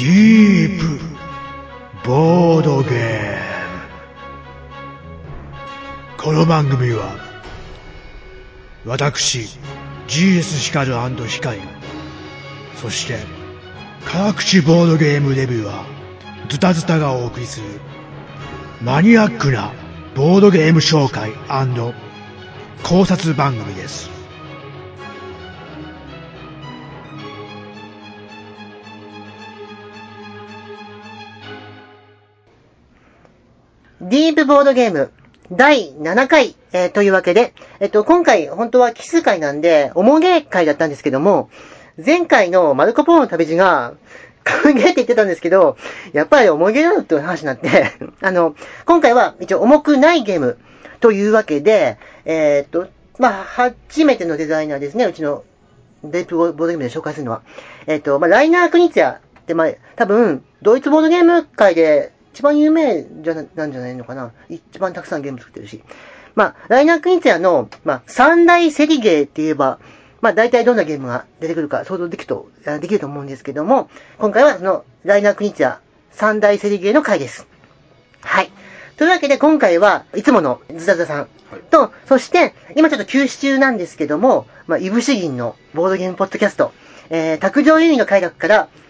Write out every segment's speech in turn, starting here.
ディープボードゲーム。この番組は私 GS ヒカル&ヒカリ、そして辛口ボードゲームレビュアーズタズタがお送りするマニアックなボードゲーム紹介&考察番組です。 ディープボードゲーム第7回、というわけで、今回本当は奇数回なんで、おもげ回だったんですけども、前回のマルコポーロの旅路が、歓迎って言ってたんですけど、やっぱりおもげだよっていう話になって、今回は一応重くないゲームというわけで、初めてのデザイナーですね、うちのディープボードゲームで紹介するのは。ライナー・クニツヤって、多分、ドイツボードゲーム界で、一番有名なんじゃないのかな。一番たくさんゲーム作ってるし。ライナー・クニツヤの、三大セリゲーって言えば、大体どんなゲームが出てくるか想像できると思うんですけども、今回はその、ライナー・クニツヤ三大セリゲーの回です。はい。というわけで今回はいつものズタズタさんと、はい、そして、今ちょっと休止中なんですけども、いぶし銀のボードゲームポッドキャスト、卓上優位の快楽から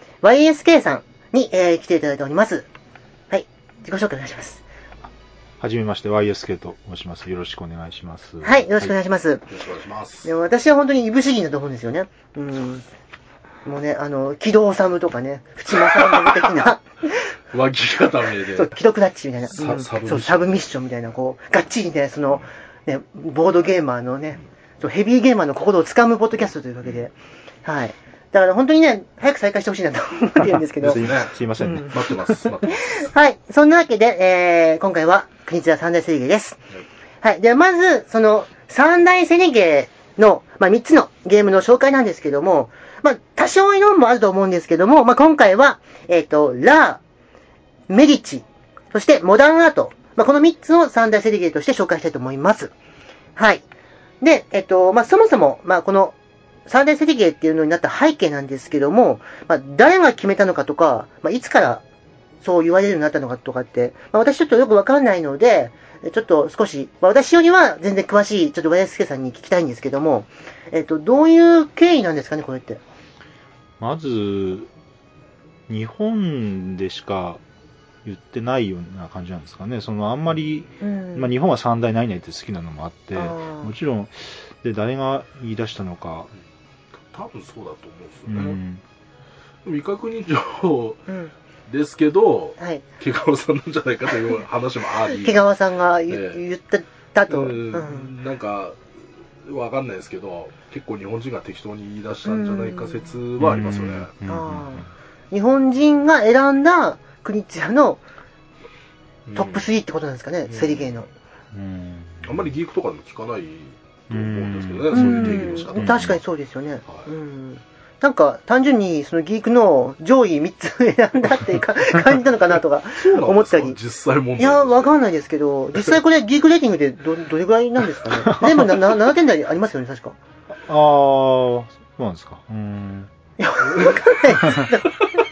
YSK さんに、来ていただいております。自己紹介お願いします。 はじめまして、YSK と申します。よろしくお願いします。 はい、よろしくお願いします。よろしくお願いします。でも私は本当にいぶし銀だと思うんですよね。もうね、木戸治とかね、淵正信的な。 脇固めで。 そう、キドクラッチみたいな。サブミッションみたいな、こう、がっちりね、ボードゲーマーのね、ヘビーゲーマーの心をつかむポッドキャストというわけで、はい。だから本当にね、早く再開してほしいなと思ってるんですけど。 すいませんね。待ってます。 はい。そんなわけで、今回は、国津屋三大セリゲーです。はい。では、まず、その、三大セリゲーの、3つのゲームの紹介なんですけども、多少いろんもあると思うんですけども、今回は、ラー、メディチ、そしてモダンアート、この3つを三大セリゲーとして紹介したいと思います。はい。で、そもそも、この、三大セリゲーっていうのになった背景なんですけども、誰が決めたのかとか、いつからそう言われるようになったのかとかって、私ちょっとよくわかんないので、ちょっと少し、私よりは全然詳しい、ちょっと林助さんに聞きたいんですけども、どういう経緯なんですかね、これって。 まず、日本でしか言ってないような感じなんですかね。あんまり、日本は三大何々って好きなのもあって、もちろん、で、誰が言い出したのか。 多分そうだと思うんですよね。未確認情報ですけど、毛皮さんなんじゃないかという話もあり。 毛皮さんが言ったと。 なんか、わかんないですけど、結構日本人が適当に言い出したんじゃないか説はありますよね。 日本人が選んだ国津屋のトップ3ってことなんですかね、セリゲーの。 あんまりギークとかでも聞かないと思うんですけどね、そういう定義の仕方。 確かにそうですよね。なんか、単純に、そのギークの上位3つ選んだっていう感じなのかなとか思ったり。 実際問題。 いや、わかんないですけど、実際これギークレーティングでどれぐらいなんですかね。全部7点台ありますよね、確か。 そうなんですか。 いや、わかんないですけど。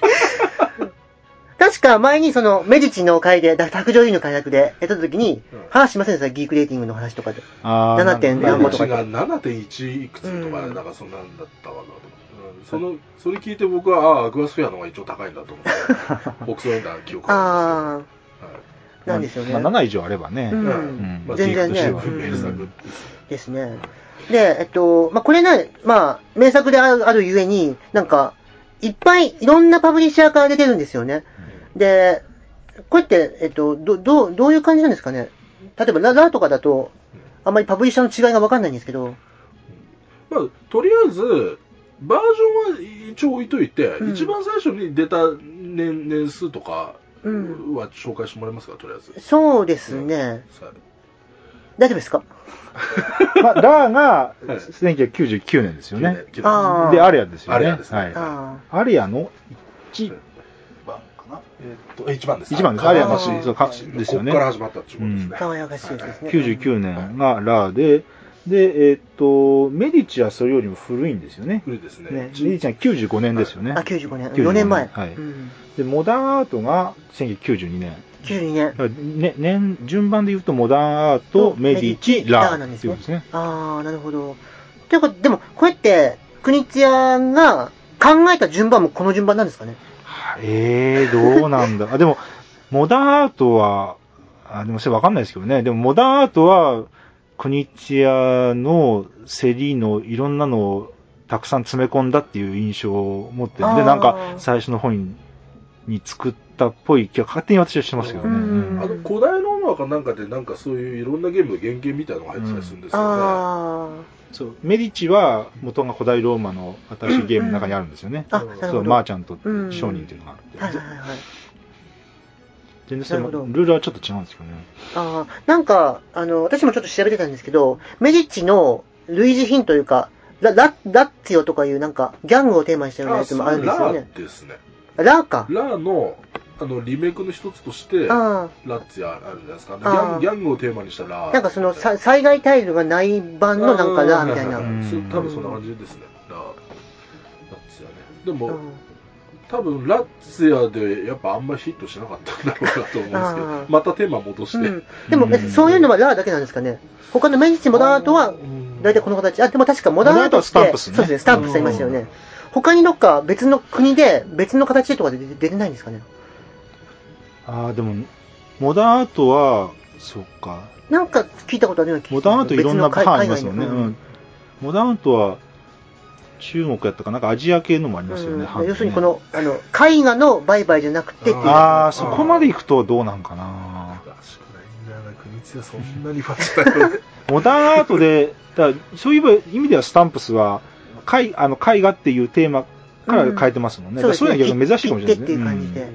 確か前にそのメディチの回で、卓上優位の開拓でやった時に、話しませんでした、ギークレーティングの話とかで。7点何個とか。 メディチが 7.1 いくつとか、なんかそんなんだったかなと。それ聞いて僕は、アクアスフェアの方が一応高いんだと思って、北総エンター記憶があるんですけど。なんですよね。 7以上あればね。 全然ね。 名作ですね。で、これね、名作であるゆえに、なんか、いっぱいいろんなパブリッシャーから出てるんですよね。で、これって、どういう感じなんですかね。例えば、ラとかだと、あんまりパブリッシャーの違いがわかんないんですけど。 とりあえず、バージョンは一応置いといて、一番最初に出た年数とかは紹介してもらえますか、とりあえず。 そうですね。大丈夫ですか？ ラーが1999年ですよね。で、アリアですよね。 アリアですね。 アリアの1 番かな。1番です。 1番です。アリアのですよね。 ここから始まったっていうことですね。 輝かしいですね。 99年がラーで、 で、メディチはそれよりも古いんですよね。 古いですね。 メディチは95年ですよね。 あ、95年。4年前。 はい。で、モダンアートが1992年。 92 年。順番で言うと、モダンアート、メディチ、ラーなんですっていうことですね。 ああ、なるほど。ということで、でも、こうやって、国津屋が考えた順番もこの順番なんですかね。 どうなんだ。でも、モダンアートは、でもそれわかんないですけどね。でも、モダンアートは、国津屋の競りのいろんなのをたくさん詰め込んだっていう印象を持ってるんで、なんか最初の本に作ったっぽい気が勝手に私はしてますけどね。 古代ローマかなんかでなんかそういういろんなゲームの原型みたいなのが入ってたりするんですよね。 そう、メディチは元が古代ローマの新しいゲームの中にあるんですよね。そう、マーチャント商人っていうのがあって。全然それもルールはちょっと違うんですよね。 なんか、私もちょっと調べてたんですけど、メディチの類似品というか、ラッツィオとかいうなんか、ギャングをテーマにしたようなやつもあるんですよね。 ラーですね。 ラーか。 ラーの、リメイクの一つとして、ラッツィアあるじゃないですか。ギャングをテーマにしたラー。 なんかその、災害タイルがない版のなんかラーみたいな。 多分そんな感じですね。ラッツィアね。でも、多分ラッツィアでやっぱあんまりヒットしなかったんだろうなと思うんですけど、またテーマ戻して。 でも、そういうのはラーだけなんですかね。他のメディチモダンアートは、大体この形。でも確かモダンアートって、 スタンプスね。 そうですね、スタンプスありましたよね。他にどっか別の国で別の形とかで出てないんですかね。 でも、モダンアートは、そっか。 なんか聞いたことあるような気がする。 モダンアートいろんなパンありますもんね。モダンアートは、中国やったかなんかアジア系のもありますよね。 要するにこの、絵画の売買じゃなくてっていう。 そこまで行くとどうなんかな。 詳しくないんだよな、国津屋そんなにファッションモダンアートで、そういう意味ではスタンプスは、絵画っていうテーマから変えてますもんね。そういうのは逆に珍しいかもしれないですね。 っていう感じで。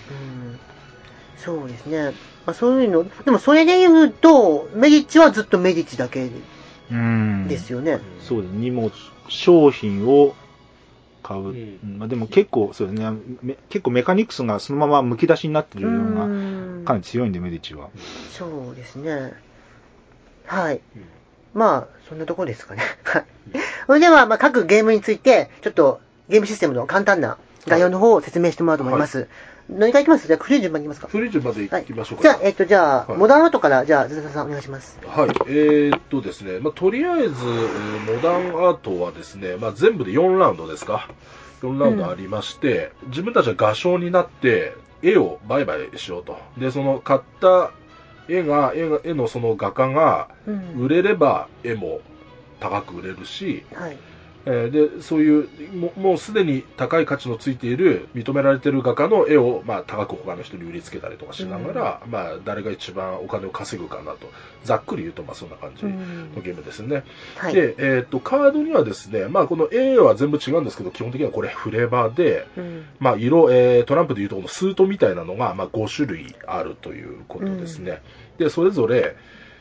そうですね。そういうの、でもそれで言うと、メディチはずっとメディチだけですよね。 そうです。荷物、商品を買う。でも結構、そうですね。結構メカニクスがそのまま剥き出しになってるような、かなり強いんで、メディチは。 そうですね。はい。まあ、そんなとこですかね。それでは、各ゲームについて、ちょっとゲームシステムの簡単な概要の方を説明してもらおうと思います。何からいきます？じゃあ、古い順番いきますか？ 古い順番でいきましょうか。 じゃあ、モダンアートから、じゃあ、ズタさんお願いします。 はい。ですね、とりあえず、モダンアートはですね、全部で4ラウンドですか。4ラウンドありまして、自分たちは画商になって、絵を売買しようと。で、その買った絵のその画家が売れれば絵も高く売れるし、でそういうもうすでに高い価値のついている認められている画家の絵を、高く他の人に売りつけたりとかしながら、誰が一番お金を稼ぐかなとざっくり言うとそんな感じのゲームですね。で、カードにはですね、この絵は全部違うんですけど基本的にはこれフレーバーで、色、トランプでいうとこのスートみたいなのが、5種類あるということですね。でそれぞれ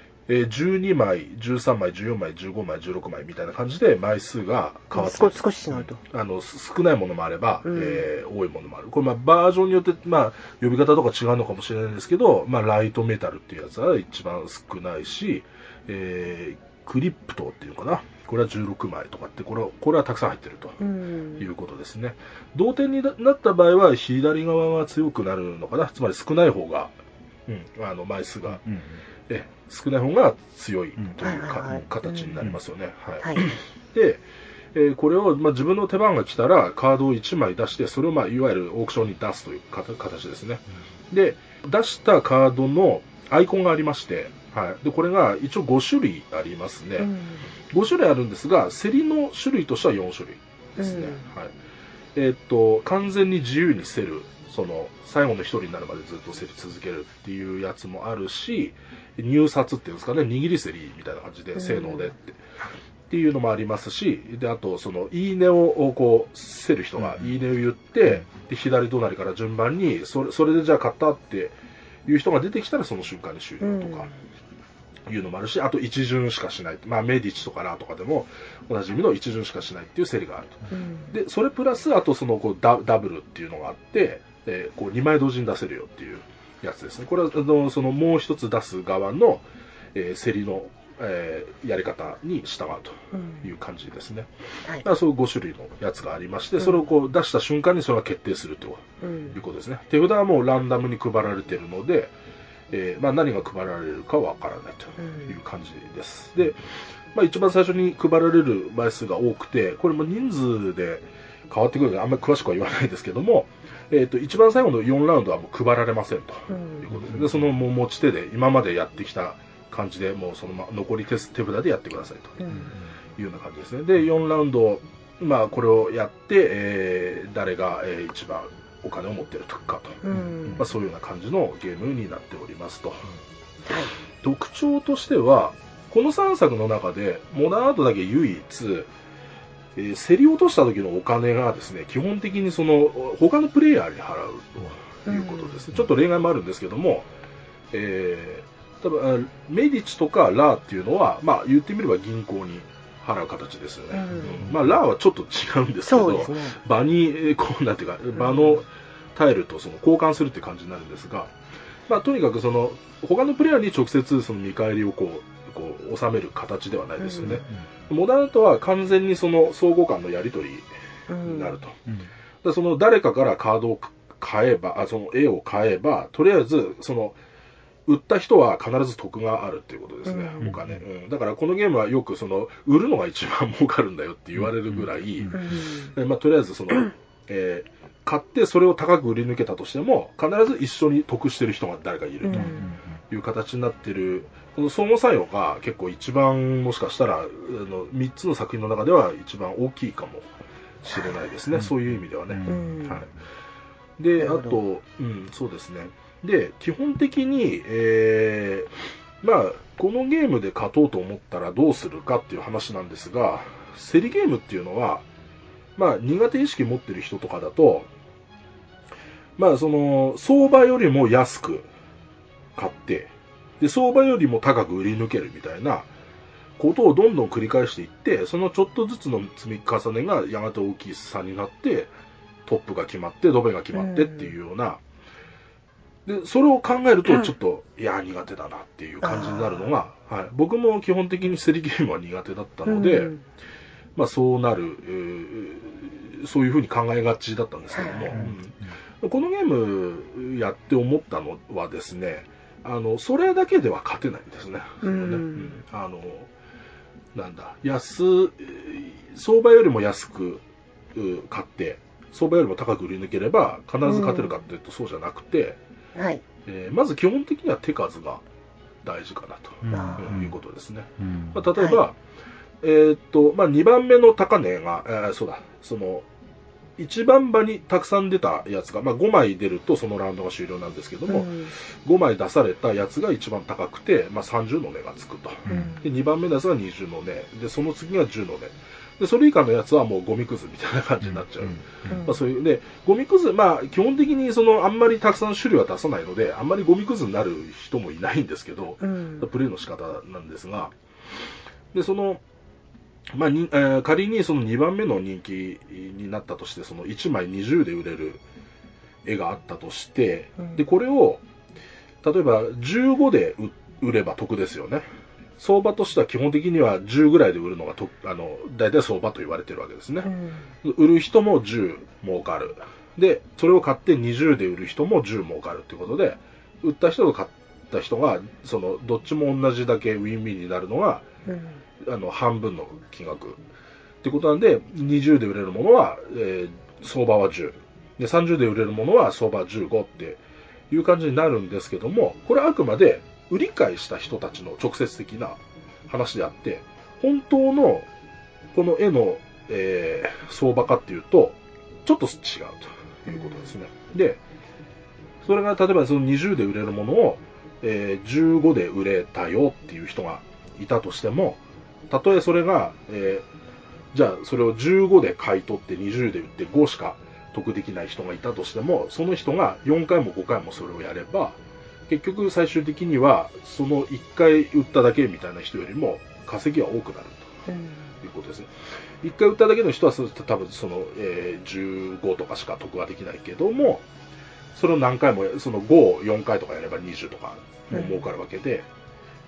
12枚、13枚、14枚、15枚、16枚みたいな感じで枚数が変わって少し違うと。 少ないものもあれば、多いものもある。これバージョンによって、呼び方とか違うのかもしれないんですけど、ライトメタルっていうやつは一番少ないし、クリプトっていうのかな。これは16枚とかって、これはたくさん入ってるということですね。同点になった場合は左側が強くなるのかな。つまり少ない方が、枚数が、少ない方が強いという形になりますよね。で、これを、自分の手番が来たらカードを1枚出してそれを、いわゆるオークションに出すという形ですね。で出したカードのアイコンがありまして、でこれが一応5種類ありますね。5種類あるんですが競りの種類としては4種類ですね。完全に自由に競る、その最後の一人になるまでずっと競り続けるっていうやつもあるし、入札っていうんですかね、握り競りみたいな感じで性能でっていうのもありますし、であとそのいいねをこう競る人がいいねを言って、で左隣から順番にそれでじゃあ買ったっていう人が出てきたらその瞬間に終了とかいうのもあるし、あと一巡しかしない、メディチとかラーとかでも同じ意味の一巡しかしないっていう競りがあると。でそれプラスあとそのこうダブルっていうのがあって、こう2枚同時に出せるよっていうやつですね。これはそのもう一つ出す側の、競りのやり方に従うという感じですね。 はい。 だからそういう5種類のやつがありまして、それをこう出した瞬間にそれが決定するということですね。手札はもうランダムに配られているので、何が配られるかわからないという感じです。で、一番最初に配られる枚数が多くて、これも人数で変わってくるのであんまり詳しくは言わないですけども、一番最後の4ラウンドはもう配られませんということで、そのもう持ち手で今までやってきた感じでもうその残り手札でやってくださいというような感じですね。で、4ラウンド、これをやって、誰が、一番お金を持っているとかと、そういうような感じのゲームになっておりますと。特徴としては、この3作の中でモダンアートだけ唯一、競り落とした時のお金がですね、基本的にその他のプレイヤーに払うということです。ちょっと例外もあるんですけども、多分メディチとかラーっていうのは、言ってみれば銀行に払う形ですよね。ラーはちょっと違うんですけど、場にこうなんていうか、場のタイルとその交換するっていう感じになるんですが、とにかくその他のプレイヤーに直接その見返りをこう収める形ではないですよね。モダンアートは完全にその相互間のやり取りになると。でその誰かからカードを買えば、その絵を買えば、とりあえずその売った人は必ず得があるっていうことですね、お金。だからこのゲームはよくその売るのが一番儲かるんだよって言われるぐらい、とりあえずその、買ってそれを高く売り抜けたとしても必ず一緒に得してる人が誰かいるという形になってる、この相互作用が結構一番もしかしたら3つの作品の中では一番大きいかもしれないですね、そういう意味ではね。はい、で、あと、そうですね。で、基本的に、このゲームで勝とうと思ったらどうするかっていう話なんですが、競りゲームっていうのは、苦手意識持ってる人とかだと、その、相場よりも安く買って、で、相場よりも高く売り抜けるみたいなことをどんどん繰り返していって、そのちょっとずつの積み重ねがやがて大きさになって、トップが決まって、ドベが決まってっていうような、で、それを考えるとちょっと、いや、苦手だなっていう感じになるのが、僕も基本的に競りゲームは苦手だったので、そうなる、そういうふうに考えがちだったんですけども、このゲームやって思ったのはですね、それだけでは勝てないんですね。なんだ、相場よりも安く買って、相場よりも高く売り抜ければ必ず勝てるかっていうとそうじゃなくて、まず基本的には手数が大事かなということですね。例えば、2番目の高値が、そうだ、その、1番場にたくさん出たやつが、5枚出るとそのラウンドが終了なんですけども、5枚出されたやつが一番高くて、30の値がつくと。で、2番目のやつが20の値。で、その次が10の値。で、それ以下のやつはもうゴミくずみたいな感じになっちゃう。そういう、で、ゴミくず、基本的にその、あんまりたくさん種類は出さないので、あんまりゴミくずになる人もいないんですけど、プレイの仕方なんですが、で、その、仮にその2番目の人気になったとして、その1枚20で売れる絵があったとして、で、これを、例えば15で売れば得ですよね。相場としては基本的には10ぐらいで売るのが大体相場と言われてるわけですね。売る人も10儲かる。で、それを買って20で売る人も10儲かるっていうことで、売った人と買った人が、その、どっちも同じだけウィンウィンになるのが、半分の金額ってことなんで、20で売れるものは、相場は10で、30で売れるものは相場は15っていう感じになるんですけども、これはあくまで売り買いした人たちの直接的な話であって、本当のこの絵の、相場かっていうとちょっと違うということですね。で、それが例えばその20で売れるものを、15で売れたよっていう人がいたとしても、たとえそれが、じゃあそれを15で買い取って20で売って5しか得できない人がいたとしても、その人が4回も5回もそれをやれば、結局最終的にはその1回売っただけみたいな人よりも稼ぎは多くなるということですね。1回売っただけの人は多分その、15とかしか得はできないけども、それを何回もその5を4回とかやれば20とかも儲かるわけで、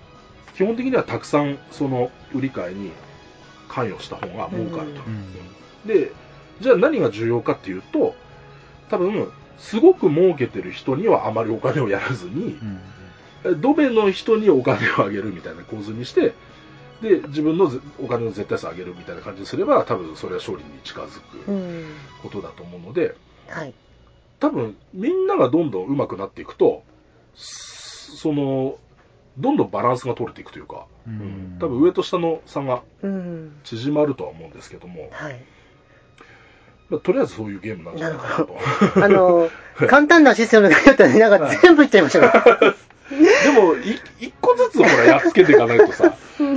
基本的にはたくさんその売り買いに関与した方が儲かると。で、じゃあ何が重要かっていうと、多分、すごく儲けてる人にはあまりお金をやらずに、ドベの人にお金をあげるみたいな構図にして、で、自分のお金の絶対数を上げるみたいな感じにすれば、多分それは勝利に近づくことだと思うので、 はい。 多分、みんながどんどん上手くなっていくと、どんどんバランスが取れていくというか、多分上と下の差が縮まるとは思うんですけども、 はい。 まあ、とりあえずそういうゲームなんじゃないかなと。 簡単なシステムがあったらね、なんか全部いっちゃいましたね。 でも、一個ずつほら、やっつけていかないとさ。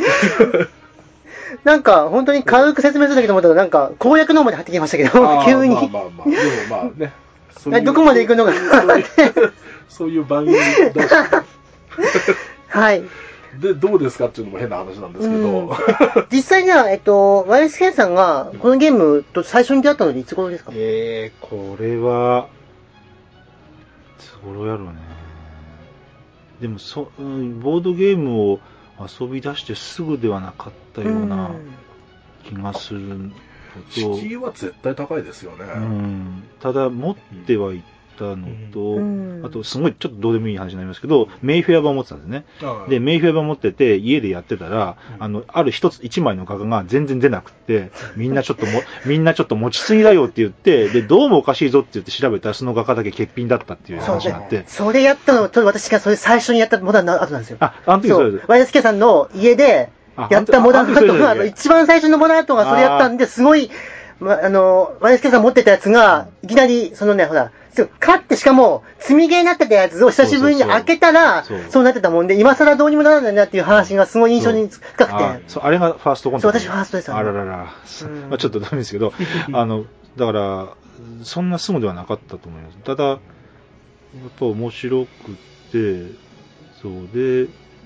なんか、本当に軽く説明するだけと思ったら、なんか、攻略の方まで入ってきましたけど、急に。 まあ。でもまあね。 どこまで行くのかそういう番組だし。 はい。 で、どうですかっていうのも変な話なんですけど。 実際には、YSK さんが、このゲームと最初に出会ったのでいつ頃ですか？ これは、いつ頃やろうね。でもボードゲームを遊び出してすぐではなかったような気がするのと。 敷居は絶対高いですよね。 ただ、持ってはいたのと、あと、すごいちょっとどうでもいい話になりますけど、メイフェア版を持ってたんですね。で、メイフェア版持ってて、家でやってたら、ある一枚の画が全然出なくって、みんなちょっと持ちすぎだよって言って、で、どうもおかしいぞって言って調べたら、その画家だけ欠品だったっていう話になって。 それやったの、私がそれ最初にやったモダンの後なんですよ。 あの時そうです。 YSK さんの家で、やったモダンアートが、一番最初のモダンアートがそれやったんで、すごい、YSK さん持ってたやつが、いきなり、ほら、勝ってしかも、積みゲーになってたやつを久しぶりに開けたら、そうなってたもんで、今更どうにもならないなっていう話がすごい印象に深くて。 あれがファーストコンテンツ。 そう、私ファーストです。 あららら。まあちょっとダメですけど、だから、そんなすぐではなかったと思います。ただ、やっぱ面白くて、そうで、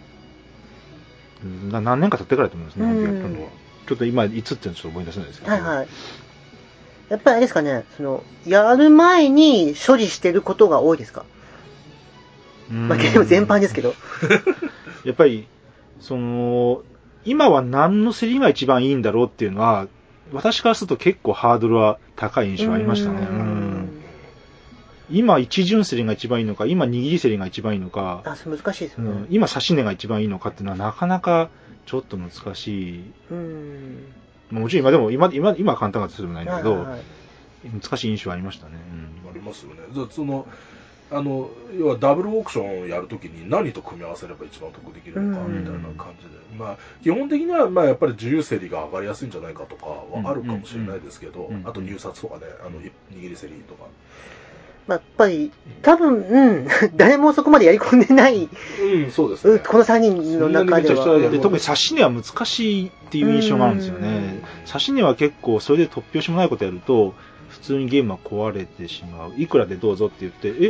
何年か経ってからだと思いますね、やったのは。ちょっと今、いつってのちょっと思い出せないですけど。 はいはい。やっぱりあれですかね、やる前に処理してることが多いですか？まあ、ゲーム全般ですけど。 やっぱり、今は何の競りが一番いいんだろうっていうのは、私からすると結構ハードルは高い印象ありましたね。今、一巡競りが一番いいのか、今、握り競りが一番いいのか、 それ難しいですよね。 今、指し値が一番いいのかっていうのはなかなかちょっと難しい。もちろん今は簡単かとするもないんだけど、難しい印象ありましたね。 ありますよね。要はダブルオークションをやるときに何と組み合わせれば一番得できるのかみたいな感じで、まあ基本的にはまあやっぱり自由競りが上がりやすいんじゃないかとかはあるかもしれないですけど、あと入札とかね、握り競りとか。 まあ、やっぱり多分、誰もそこまでやり込んでない。 そうですね。 この3人の中では。 特に指し値は難しいっていう印象があるんですよね。指し値は結構それで突拍子もないことやると。普通にゲームは壊れてしまう。いくらでどうぞって言って、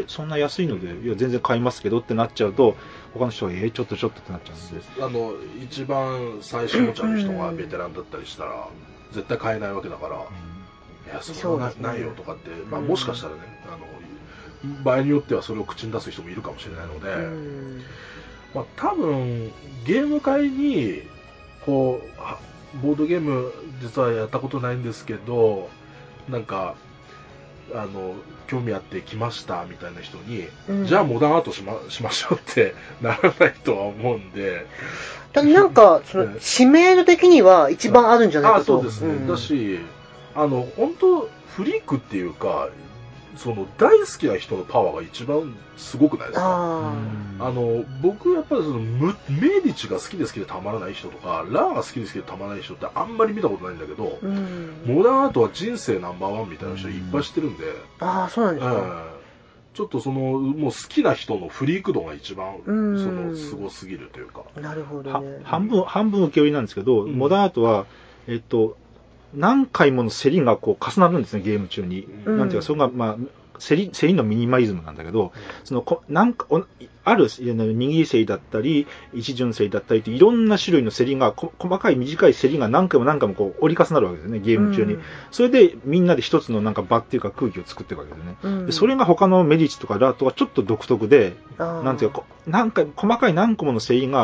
そんな安いので、いや、全然買いますけどってなっちゃうと、他の人が、ちょっとってなっちゃうんです。一番最初持ちの人がベテランだったりしたら、絶対買えないわけだから、いや、そんなないよとかって、まあもしかしたらね、場合によってはそれを口に出す人もいるかもしれないので、まあ多分、ゲーム会に、ボードゲーム実はやったことないんですけど、なんか、興味あって来ましたみたいな人に、じゃあモダンアートしましょうってならないとは思うんで。 なんか、知名度的には一番あるんじゃないかと。 そうですね。だし、本当フリークっていうか、大好きな人のパワーが一番すごくないですか？僕やっぱりメディチが好きでたまらない人とか、ラーが好きでたまらない人ってあんまり見たことないんだけど、モダンアートは人生ナンバーワンみたいな人いっぱい知ってるんで、 そうなんですか。 ちょっともう好きな人のフリーク度が一番、すごすぎるというか。 なるほどね。 半分受け売りなんですけど、モダンアートは、何回もの競りがこう重なるんですね、ゲーム中に。なんていうか、それが、まあ、競りのミニマリズムなんだけど、ある握り競りだったり、一巡競りだったりっていろんな種類の競りが、細かい短い競りが何回もこう折り重なるわけですよね、ゲーム中に。それでみんなで一つのなんか場っていうか空気を作っていくわけですよね。でそれが他のメディチとかラートはちょっと独特で、なんていうか、細かい何個もの競りが、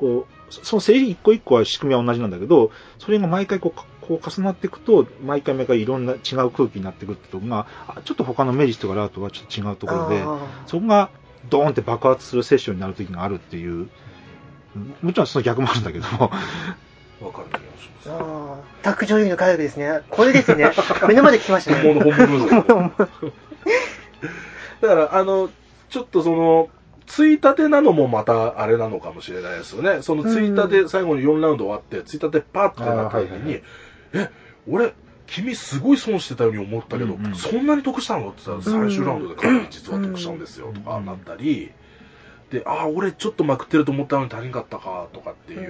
こう、その整理一個一個は仕組みは同じなんだけど、それが毎回こう重なっていくと、毎回いろんな違う空気になってくるってとこが、ちょっと他のメディスとかラートはちょっと違うところで、そこがドーンって爆発するセッションになる時があるっていう、もちろんその逆もあるんだけど、わかる気がします。 卓上優の火曜日ですね。これですね。目の前で聞きましたね。 本物ですよ。だから、ちょっとその、ついたてなのもまたあれなのかもしれないですよね。そのついたて、最後に4ラウンド終わって、ついたてパッってなった時に、俺、君すごい損してたように思ったけど、そんなに得したのって言ったら、最終ラウンドでかなり実は得したんですよ、とかなったり、で、俺ちょっとまくってると思ったのに足りんかったか、とかっていう、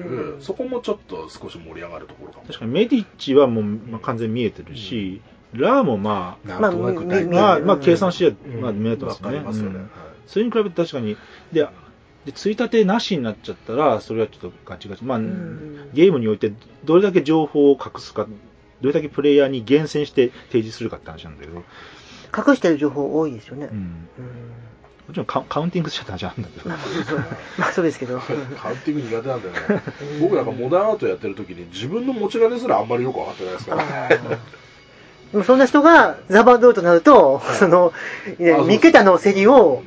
そこもちょっと少し盛り上がるところかも。 確かにメディッチはもう、完全に見えてるし、ラーもなんとなく計算して、見えてますよね。それに比べて確かに、で、ついたてなしになっちゃったら、それはちょっとガチガチ。ゲームにおいてどれだけ情報を隠すか、どれだけプレイヤーに厳選して提示するかって話なんだけど。 隠してる情報多いですよね。 もちろんカウンティングしちゃった話なんだけど。 そうですけど。 カウンティング苦手なんだよね。僕なんかモダンアートやってる時に自分の持ち金すらあんまりよく分かってないですから。 でもそんな人がザバドーとなると、3桁の競りを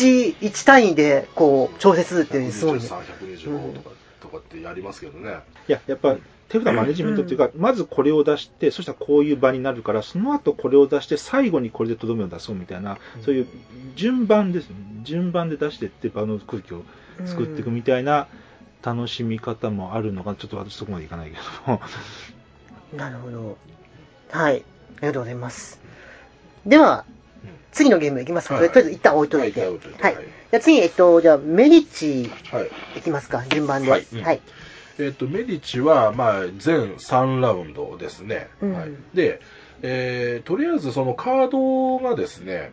1単位でこう調整するっていうすごいね。 123、125とかってやりますけどね。 いや、やっぱ手札マネジメントっていうか、まずこれを出して、そしたらこういう場になるから、その後これを出して、最後にこれでとどめを出そうみたいな、そういう順番ですね。順番で出していって場の空気を作っていくみたいな楽しみ方もあるのか、ちょっと私そこまでいかないけども。 なるほど。はい。ありがとうございます。では、次のゲームいきますか。とりあえず一旦置いといて。はい。じゃあ次、じゃあメディッチいきますか。順番で。はい。 メディッチは、全3ラウンドですね。で、とりあえずそのカードがですね、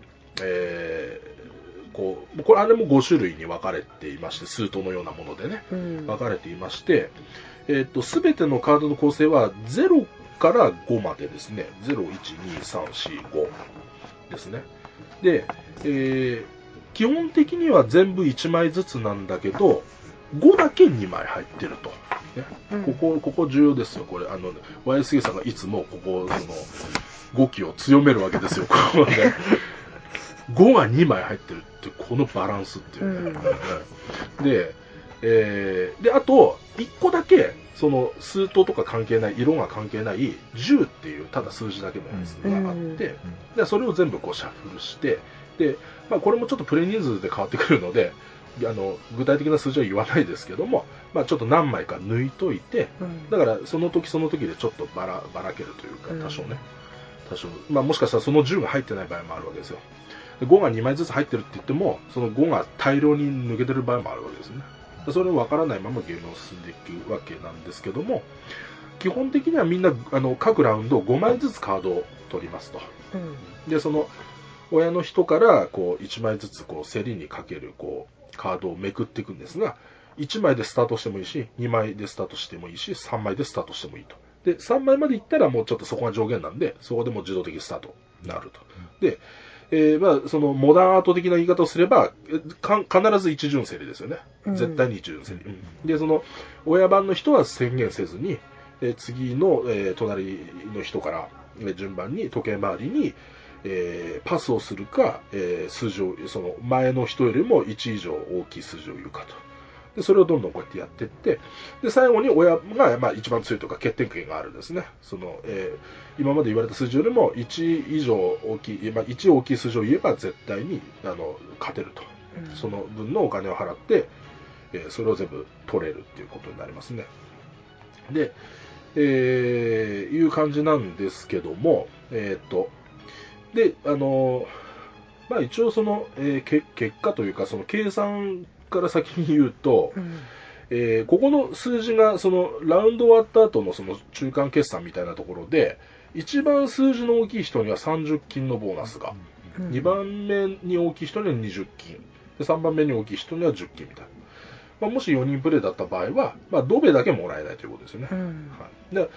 これあれも5種類に分かれていまして、スートのようなものでね、分かれていまして、すべてのカードの構成は0から5までですね。0、1、2、3、4、5ですね。で、基本的には全部1枚ずつなんだけど、5だけ2枚入ってると。ね、ここ重要ですよ。これ、YSK さんがいつもここ、5機を強めるわけですよ。ここね。5が2枚入ってるって、このバランスっていうね。で、あと、1個だけ、その、数頭とか関係ない、色が関係ない、10っていう、ただ数字だけのやつがあって、で、それを全部こうシャッフルして、で、これもちょっとプレイ人数で変わってくるので、具体的な数字は言わないですけども、ちょっと何枚か抜いといて、だから、その時その時でちょっとばらけるというか、多少ね。多少。もしかしたらその10が入ってない場合もあるわけですよ。5が2枚ずつ入ってるって言っても、その5が大量に抜けてる場合もあるわけですね。それを分からないままゲームを進んでいくわけなんですけども、基本的にはみんな各ラウンド5枚ずつカードを取りますと。で、その親の人からこう1枚ずつこう競りにかけるこうカードをめくっていくんですが、1枚でスタートしてもいいし、2枚でスタートしてもいいし、3枚でスタートしてもいいと。で、3枚までいったらもうちょっとそこが上限なんで、そこでもう自動的にスタートになると。で、そのモダンアート的な言い方をすれば、必ず一巡競りですよね。絶対に一巡競り。で、その、親番の人は宣言せずに、次の、隣の人から、順番に時計回りに、パスをするか、数字を、その前の人よりも1以上大きい数字を言うかと。で、それをどんどんこうやってやっていって、で、最後に親が、一番強いとか決定権があるんですね。その、今まで言われた数字よりも1以上大きい、1大きい数字を言えば絶対に、勝てると。その分のお金を払って、それを全部取れるっていうことになりますね。で、いう感じなんですけども、で、一応その、結果というか、その計算から先に言うと、ここの数字がそのラウンド終わった後のその中間決算みたいなところで、一番数字の大きい人には30金のボーナスが、2番目に大きい人には20金、で3番目に大きい人には10金みたいな。もし4人プレイだった場合は、ドベだけもらえないということですよね。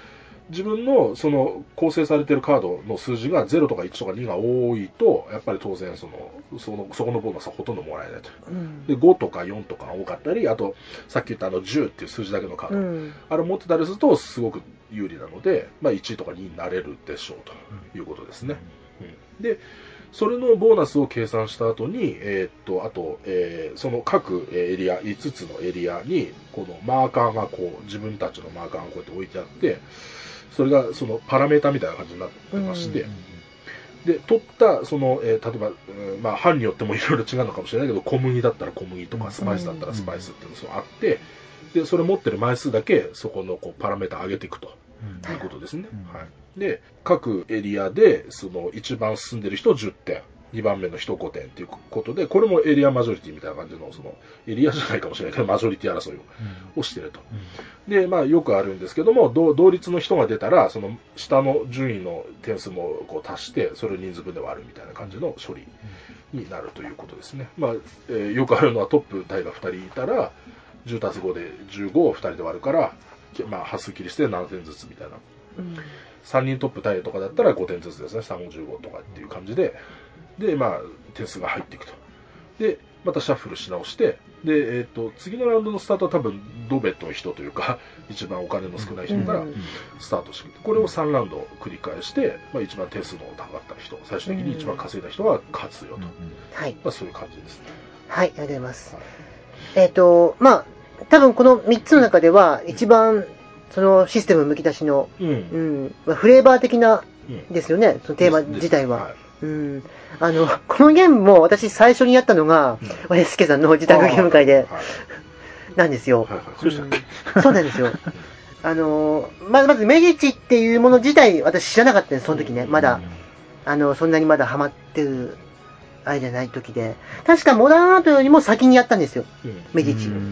自分のその構成されてるカードの数字が0とか1とか2が多いと、やっぱり当然そこのボーナスはほとんどもらえないと。で、5とか4とかが多かったり、あと、さっき言った10っていう数字だけのカード、あれを持ってたりするとすごく有利なので、まあ1とか2になれるでしょうということですね。で、それのボーナスを計算した後に、あと、その各エリア、5つのエリアに、このマーカーが自分たちのマーカーがこうやって置いてあって、それがそのパラメータみたいな感じになってまして、で、取った、例えば、まあ、班によってもいろいろ違うのかもしれないけど、小麦だったら小麦とか、スパイスだったらスパイスっていうのがあって、で、それ持ってる枚数だけ、そこのパラメータ上げていくということですね。はい。で、各エリアで、一番進んでる人10点。2番目の人5点ということで、これもエリアマジョリティみたいな感じの、エリアじゃないかもしれないけど、マジョリティ争いをしてると。で、まあ、よくあるんですけども、同率の人が出たら、その下の順位の点数も足して、それを人数分で割るみたいな感じの処理になるということですね。まあ、よくあるのはトップタイが2人いたら、10たす5で15を2人で割るから、まあ、端数切りして7点ずつみたいな。3人トップタイとかだったら5点ずつですね。3、15とかっていう感じで、で、まあ、点数が入っていくと。で、またシャッフルし直して、で、次のラウンドのスタートは多分、ドベットの人というか、一番お金の少ない人からスタートして、これを3ラウンド繰り返して、まあ、一番点数の高かった人、最終的に一番稼いだ人が勝つよと。 はい。 まあ、そういう感じですね。 はい、ありがとうございます。はい、まあ、多分この3つの中では、一番、そのシステムむき出しの、まあ、フレーバー的なですよね、そのテーマ自体は。このゲームも私最初にやったのが、スケさんの自宅ゲーム会で、なんですよ。そうなんですよ。まずメディチっていうもの自体私知らなかったんです、その時ね。まだ、そんなにまだハマってるあれじゃない時で。確かモダンアートよりも先にやったんですよ、メディチ。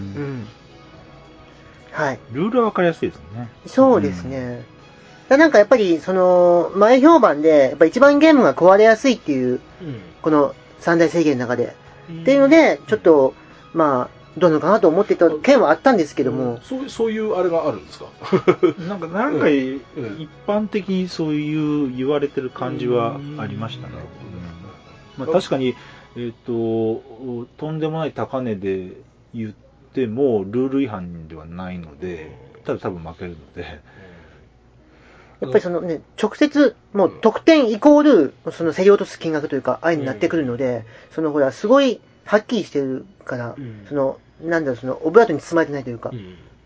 はい。 ルールは分かりやすいですね。 そうですね。なんかやっぱり、前評判で、やっぱ一番ゲームが壊れやすいっていう、この三大制限の中で。っていうので、ちょっと、まあ、どうなのかなと思ってた件はあったんですけども。 そういうあれがあるんですか？ なんか一般的にそういう言われてる感じはありましたね。まあ、確かに、とんでもない高値で言っても、ルール違反ではないので、多分負けるので。 やっぱり直接、もう得点イコール、競り落とす金額というか、ああいうになってくるので、ほら、すごい、はっきりしてるから、なんだろう、オブラートに包まれてないというか。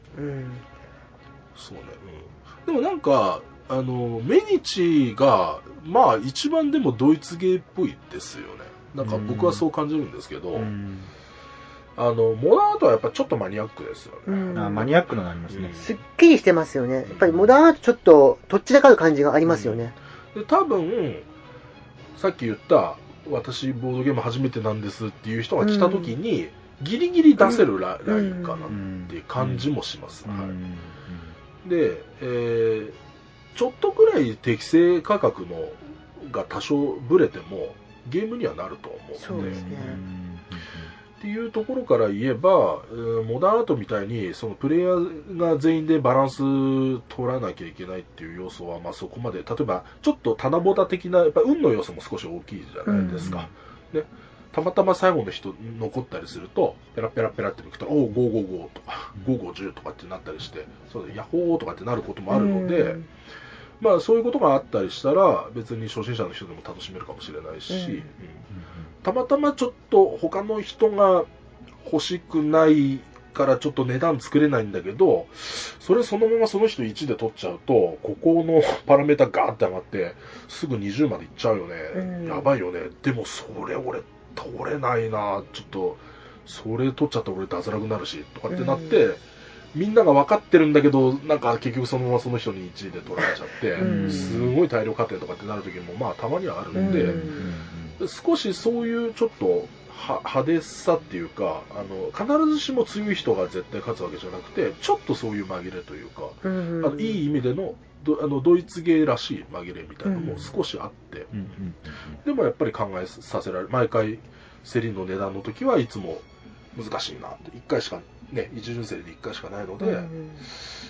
そうね。でもなんか、メディチが、まあ、一番でもドイツ芸っぽいですよね。なんか僕はそう感じるんですけど、モダンアートはやっぱちょっとマニアックですよね。 マニアックなのありますね。 すっきりしてますよね。やっぱりモダンアートちょっと、どっちらかる感じがありますよね。 で、多分、さっき言った、私ボードゲーム初めてなんですっていう人が来た時に、ギリギリ出せるラインかなっていう感じもします。で、ちょっとくらい適正価格のが多少ブレてもゲームにはなると思うので、 そうですね。 っていうところから言えば、モダンアートみたいにそのプレイヤーが全員でバランス取らなきゃいけないっていう要素は、まあ、そこまで、例えばちょっと棚ぼた的なやっぱ運の要素も少し大きいじゃないですか。でたまたま最後の人残ったりするとペラペラペラっていくとおお555とか550とかってなったりしてそうヤッホーとかってなることもあるので、まあそういうことがあったりしたら別に初心者の人でも楽しめるかもしれないし、たまたまちょっと他の人が欲しくないからちょっと値段作れないんだけど、それそのままその人1で取っちゃうと、ここのパラメータガーって上がって、すぐ20までいっちゃうよね。やばいよね。でもそれ俺取れないな。ちょっと、それ取っちゃったら俺脱落になるし、とかってなって、みんなが分かってるんだけど、なんか結局そのままその人に1位で取られちゃって、すごい大量過程とかってなる時もまあたまにはあるんで、少しそういうちょっと派手さっていうか、必ずしも強い人が絶対勝つわけじゃなくて、ちょっとそういう紛れというか、いい意味でのドイツ芸らしい紛れみたいなのも少しあって、でもやっぱり考えさせられる。毎回競りの値段の時はいつも難しいなって、1回しかね、一巡競りで1回しかないので、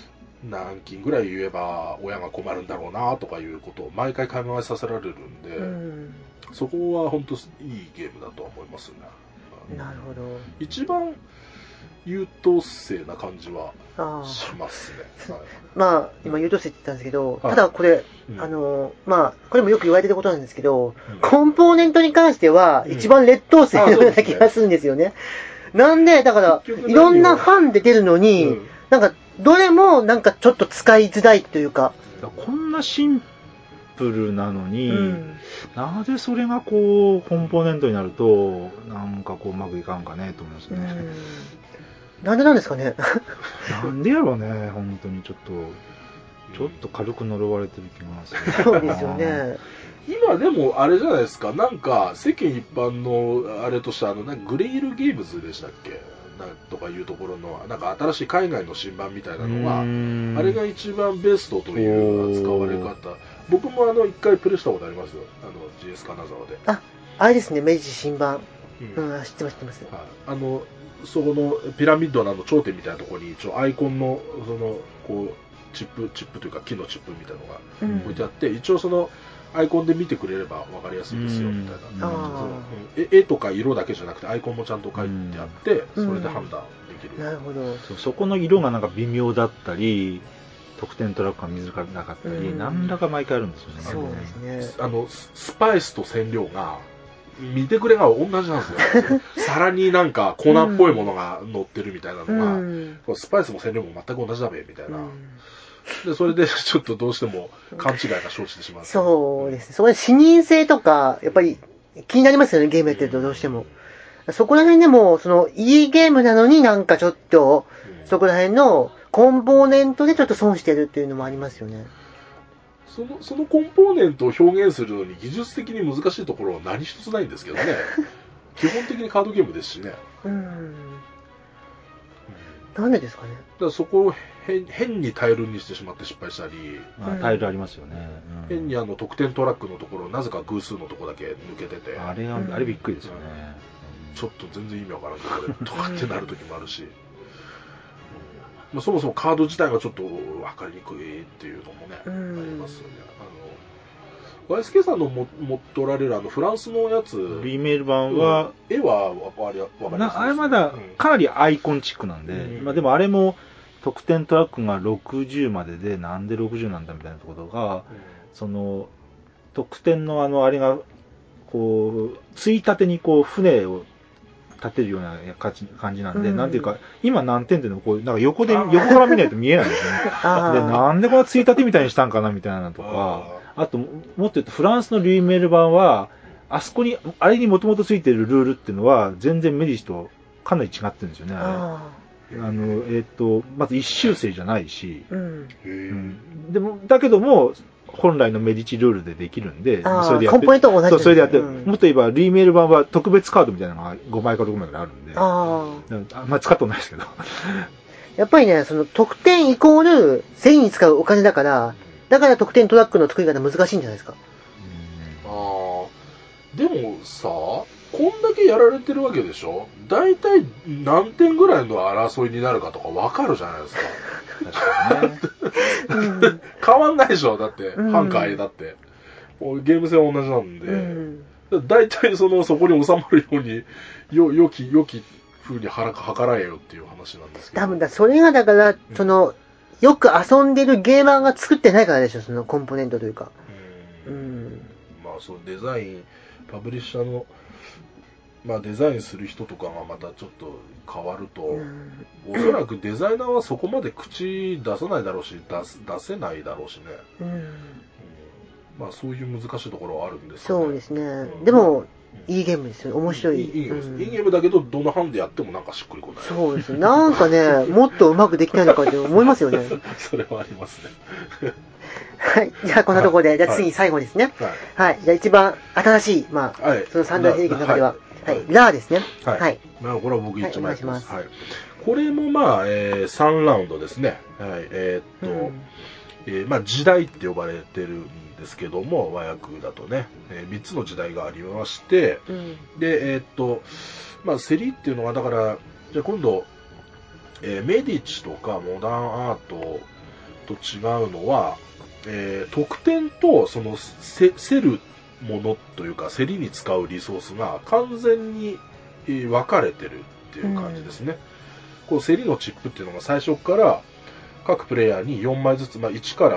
何金ぐらい言えば親が困るんだろうなとかいうことを毎回考えさせられるんで、そこは本当いいゲームだと思いますね。 なるほど。 一番優等生な感じはしますね。はい、 まあ、今優等生って言ったんですけど、ただこれ、まあ、これもよく言われてることなんですけど、コンポーネントに関しては一番劣等生のような気がするんですよね。なんで、だから、いろんな版で出るのに、なんか、どれもなんかちょっと使いづらいというか。 こんなシンプルなのに、なぜそれがこう、コンポーネントになると、なんかこう、うまくいかんかね、と思いますね。 なんでなんですかね。 なんでやろうね、本当にちょっと軽く呪われてる気がする。 そうですよね。 今でもあれじゃないですか、なんか世間一般のあれとしてグレイルゲームズでしたっけとかいうところのなんか新しい海外の新版みたいなのがあれが一番ベストという扱われ方。僕も一回プレイしたことありますよ、GS 金沢で。 あれですね、明治新版。知ってます知ってます。 そこのピラミッドの頂点みたいなところに一応アイコンのこうチップというか木のチップみたいなのが置いてあって、一応そのアイコンで見てくれれば分かりやすいですよみたいな、絵とか色だけじゃなくてアイコンもちゃんと書いてあって、それで判断できる。 なるほど。 そこの色がなんか微妙だったり、得点トラックが見づらかったり、何らか毎回あるんですよね。 そうですね。 スパイスと染料が見てくれが同じなんですよ。皿になんか粉っぽいものが乗ってるみたいなのが、スパイスも染料も全く同じだべみたいな。で、それでちょっとどうしても勘違いが生じてしまう。 そうですね。そこで視認性とか、やっぱり気になりますよね、ゲームやってるとどうしても。そこら辺でも、いいゲームなのになんかちょっと、そこら辺のコンポーネントでちょっと損してるっていうのもありますよね。 そのコンポーネントを表現するのに技術的に難しいところは何一つないんですけどね。基本的にカードゲームですしね。 なんでですかね。 だからそこを変にタイルにしてしまって失敗したり。 タイルありますよね。 変に得点トラックのところ、なぜか偶数のところだけ抜けてて。 あれびっくりですよね。 ちょっと全然意味わからんけど、これ、とかってなる時もあるし。そもそもカード自体がちょっと分かりにくいっていうのもね、ありますよね。YSK さんの持っとられるフランスのやつ、 リメール版は、 絵は分かりやすいですね。 あれまだかなりアイコンチックなんで、でもあれも得点トラックが60までで、なんで60なんだみたいなところが、得点のあれが、こう、ついたてにこう、船を立てるような感じなんで、なんていうか、今何点っていうのこう、なんか横から見ないと見えないんですよね。で、なんでこれついたてみたいにしたんかなみたいなとか、あと、もっと言うとフランスのリメール版は、あそこに、あれにもともとついてるルールっていうのは、全然メディシとかなり違ってるんですよね、まず一周生じゃないし、でも、だけども、本来のメディチルールでできるんで、それでやって、 コンポーネントも同じですね。 それでやって、もっと言えば、リメール版は特別カードみたいなのが5枚か6枚ぐらいあるんで、あんまり使ったことないですけど。 やっぱりね、得点イコール、繊維に使うお金だから、得点トラックの作り方難しいんじゃないですか。 でもさ、こんだけやられてるわけでしょ。大体何点ぐらいの争いになるかとか分かるじゃないですか。確かにね。変わんないでしょ。だって、半回だって。ゲーム性は同じなんで、大体そこに収まるように、良き風に計らえよっていう話なんですけど。 多分それがだから、よく遊んでるゲーマーが作ってないからでしょ、そのコンポーネントというか。 まあ、デザイン、パブリッシャーの、デザインする人とかがまたちょっと変わると、おそらくデザイナーはそこまで口出さないだろうし、出せないだろうしね。そういう難しいところはあるんですよね。 そうですね。でも、いいゲームですよ。面白い。 いいゲームです。いいゲームだけど、どの班でやってもなんかしっくりこない。 そうですね。なんかね、もっとうまくできないのかって思いますよね。 それはありますね。 はい。じゃあ、こんなところで、じゃあ次最後ですね。はい。じゃあ一番新しい、その三大兵器の中では、ラーですね。はい。 これは僕一枚します。はい。これも3ラウンドですね。はい。時代って呼ばれてるんですけども、和訳だとね、3つの時代がありまして、で、セリっていうのは、だから、じゃあ今度、メディチとかモダンアート、 と違うのは、得点とその競るものというか競りに使うリソースが完全に分かれてるっていう感じですね。こう競りのチップっていうのが最初から各プレイヤーに4枚ずつ、1から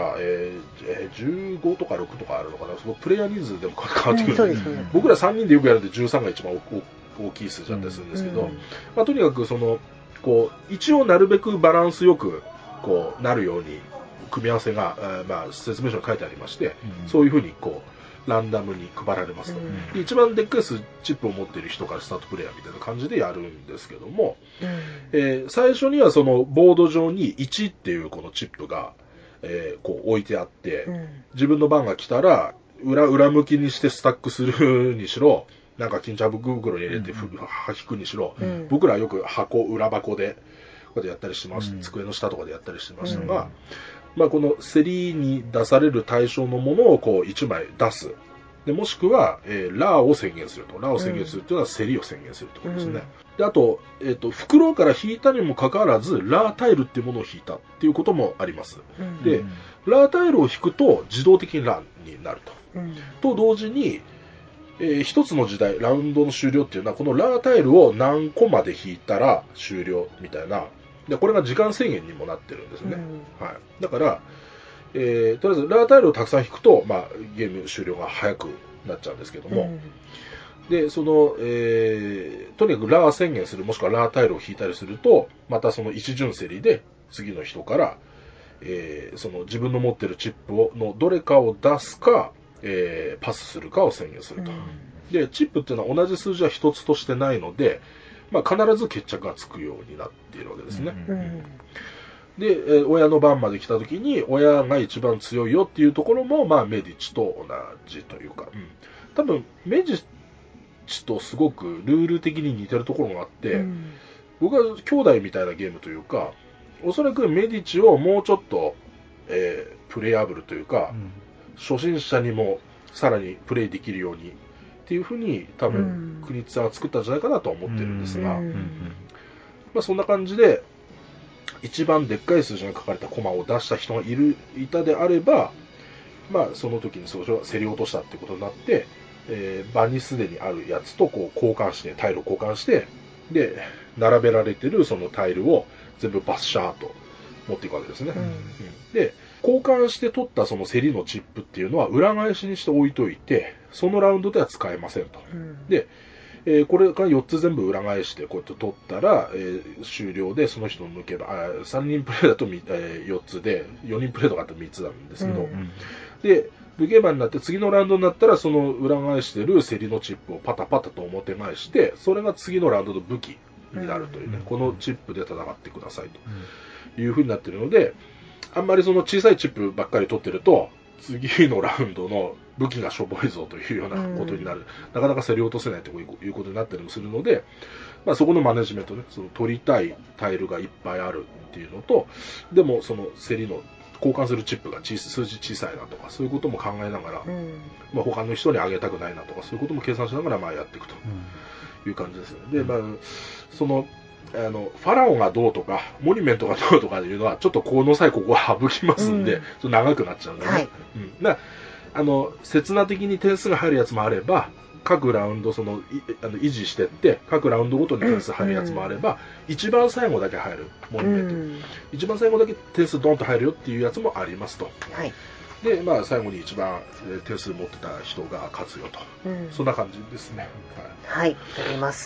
、15とか6とかあるのかな、そのプレイヤー人数でも変わってくるんで、僕ら3人でよくやるんで13が一番大きい数字だったりするんですけど、とにかくこう一応なるべくバランスよくこうなるように組み合わせが、説明書に書いてありまして、そういうふうにこうランダムに配られますと、で一番でっかいチップを持っている人からスタートプレイヤーみたいな感じでやるんですけども、最初にはそのボード上に1っていうこのチップが、こう置いてあって、自分の番が来たら裏向きにしてスタックするにしろ、なんか巾着袋に入れて引くにしろ、僕らはよく裏箱でこうやってやったりしてます、机の下とかでやったりしてましたが、この競りに出される対象のものをこう1枚出す。でもしくは、ラーを宣言すると。ラーを宣言するというのは競りを宣言するということですね。で、あと、袋から引いたにもかかわらず、ラータイルっていうものを引いたっていうこともあります。で、ラータイルを引くと自動的にラーになると。と同時に、一つの時代、ラウンドの終了っていうのは、このラータイルを何個まで引いたら終了みたいな、でこれが時間制限にもなってるんですね。はい、だから、とりあえずラータイルをたくさん引くと、ゲーム終了が早くなっちゃうんですけども、でとにかくラー宣言する、もしくはラータイルを引いたりすると、またその一巡競りで次の人から、その自分の持ってるチップのどれかを出すか、パスするかを宣言すると。でチップっていうのは同じ数字は一つとしてないので、必ず決着がつくようになっているわけですね。で、親の番まで来た時に親が一番強いよっていうところも、メディチと同じというか、多分メディチとすごくルール的に似てるところがあって、僕は兄弟みたいなゲームというか、おそらくメディチをもうちょっと、プレイアブルというか、初心者にもさらにプレイできるようにっていうふうに多分国津さんが作ったんじゃないかなとは思ってるんですが、そんな感じで一番でっかい数字が書かれたコマを出した人がいたであれば、その時にそれを競り落としたってことになって、場にすでにあるやつとこう交換して、タイルを交換して、で並べられてるそのタイルを全部バッシャーと持っていくわけですね。で交換して取ったその競りのチップっていうのは裏返しにして置いといて、そのラウンドでは使えませんと。で、これから4つ全部裏返してこうやって取ったら、終了でその人を抜けば、3人プレイだと、4つで、4人プレイとかだと3つなんですけど、で、抜けばになって次のラウンドになったらその裏返してる競りのチップをパタパタと表返して、それが次のラウンドの武器になるというね、このチップで戦ってくださいという風になっているので、あんまりその小さいチップばっかり取ってると、次のラウンドの武器がしょぼいぞというようなことになる、なかなか競り落とせないということになったりもするので、そこのマネジメントね、その取りたいタイルがいっぱいあるっていうのと、でもその競りの交換するチップが数字小さいなとか、そういうことも考えながら、他の人にあげたくないなとか、そういうことも計算しながらやっていくという感じですよね。で、そのファラオがどうとかモニュメントがどうとかいうのはちょっとこの際ここは省きますんで、ちょっと長くなっちゃうんでね、刹那的に点数が入るやつもあれば、各ラウンド維持してって各ラウンドごとに点数入るやつもあれば、一番最後だけ入るモニュメント、一番最後だけ点数ドンと入るよっていうやつもありますと。で、最後に一番点数持ってた人が勝つよと、そんな感じですね。 はい、わかります。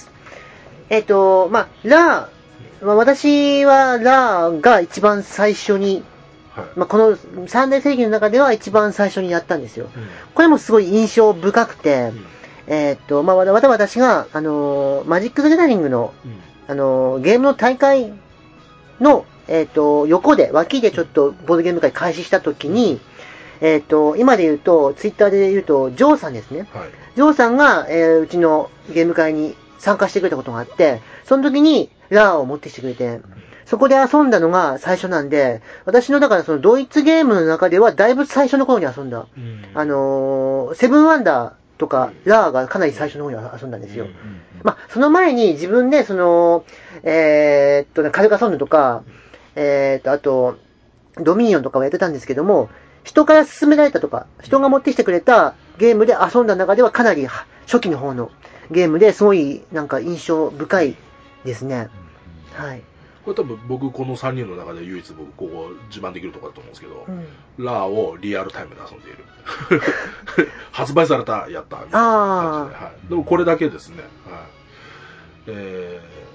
私はラーが一番最初に、この三大世紀の中では一番最初にやったんですよ。これもすごい印象深くて、私が、マジック・ザ・ギャザリングの、ゲームの大会の、横で、脇でちょっとボードゲーム会開始した時に、今で言うと、ツイッターで言うと、ジョーさんですね。ジョーさんが、うちのゲーム会に参加してくれたことがあって、その時にラーを持ってきてくれて、そこで遊んだのが最初なんで、私のだからそのドイツゲームの中ではだいぶ最初の頃に遊んだ。セブンワンダーとかラーがかなり最初の方に遊んだんですよ。その前に自分でその、カルカソンヌとか、あと、 ドミニオンとかはやってたんですけども、人から勧められたとか、人が持ってきてくれたゲームで遊んだ中ではかなり初期の方のゲームですごいなんか印象深いですね。はい。 これ多分僕この3人の中で唯一僕ここ自慢できるところだと思うんですけど、ラーをリアルタイムで遊んでいる。発売された、やったみたいな感じで、はい。でもこれだけですね。はい。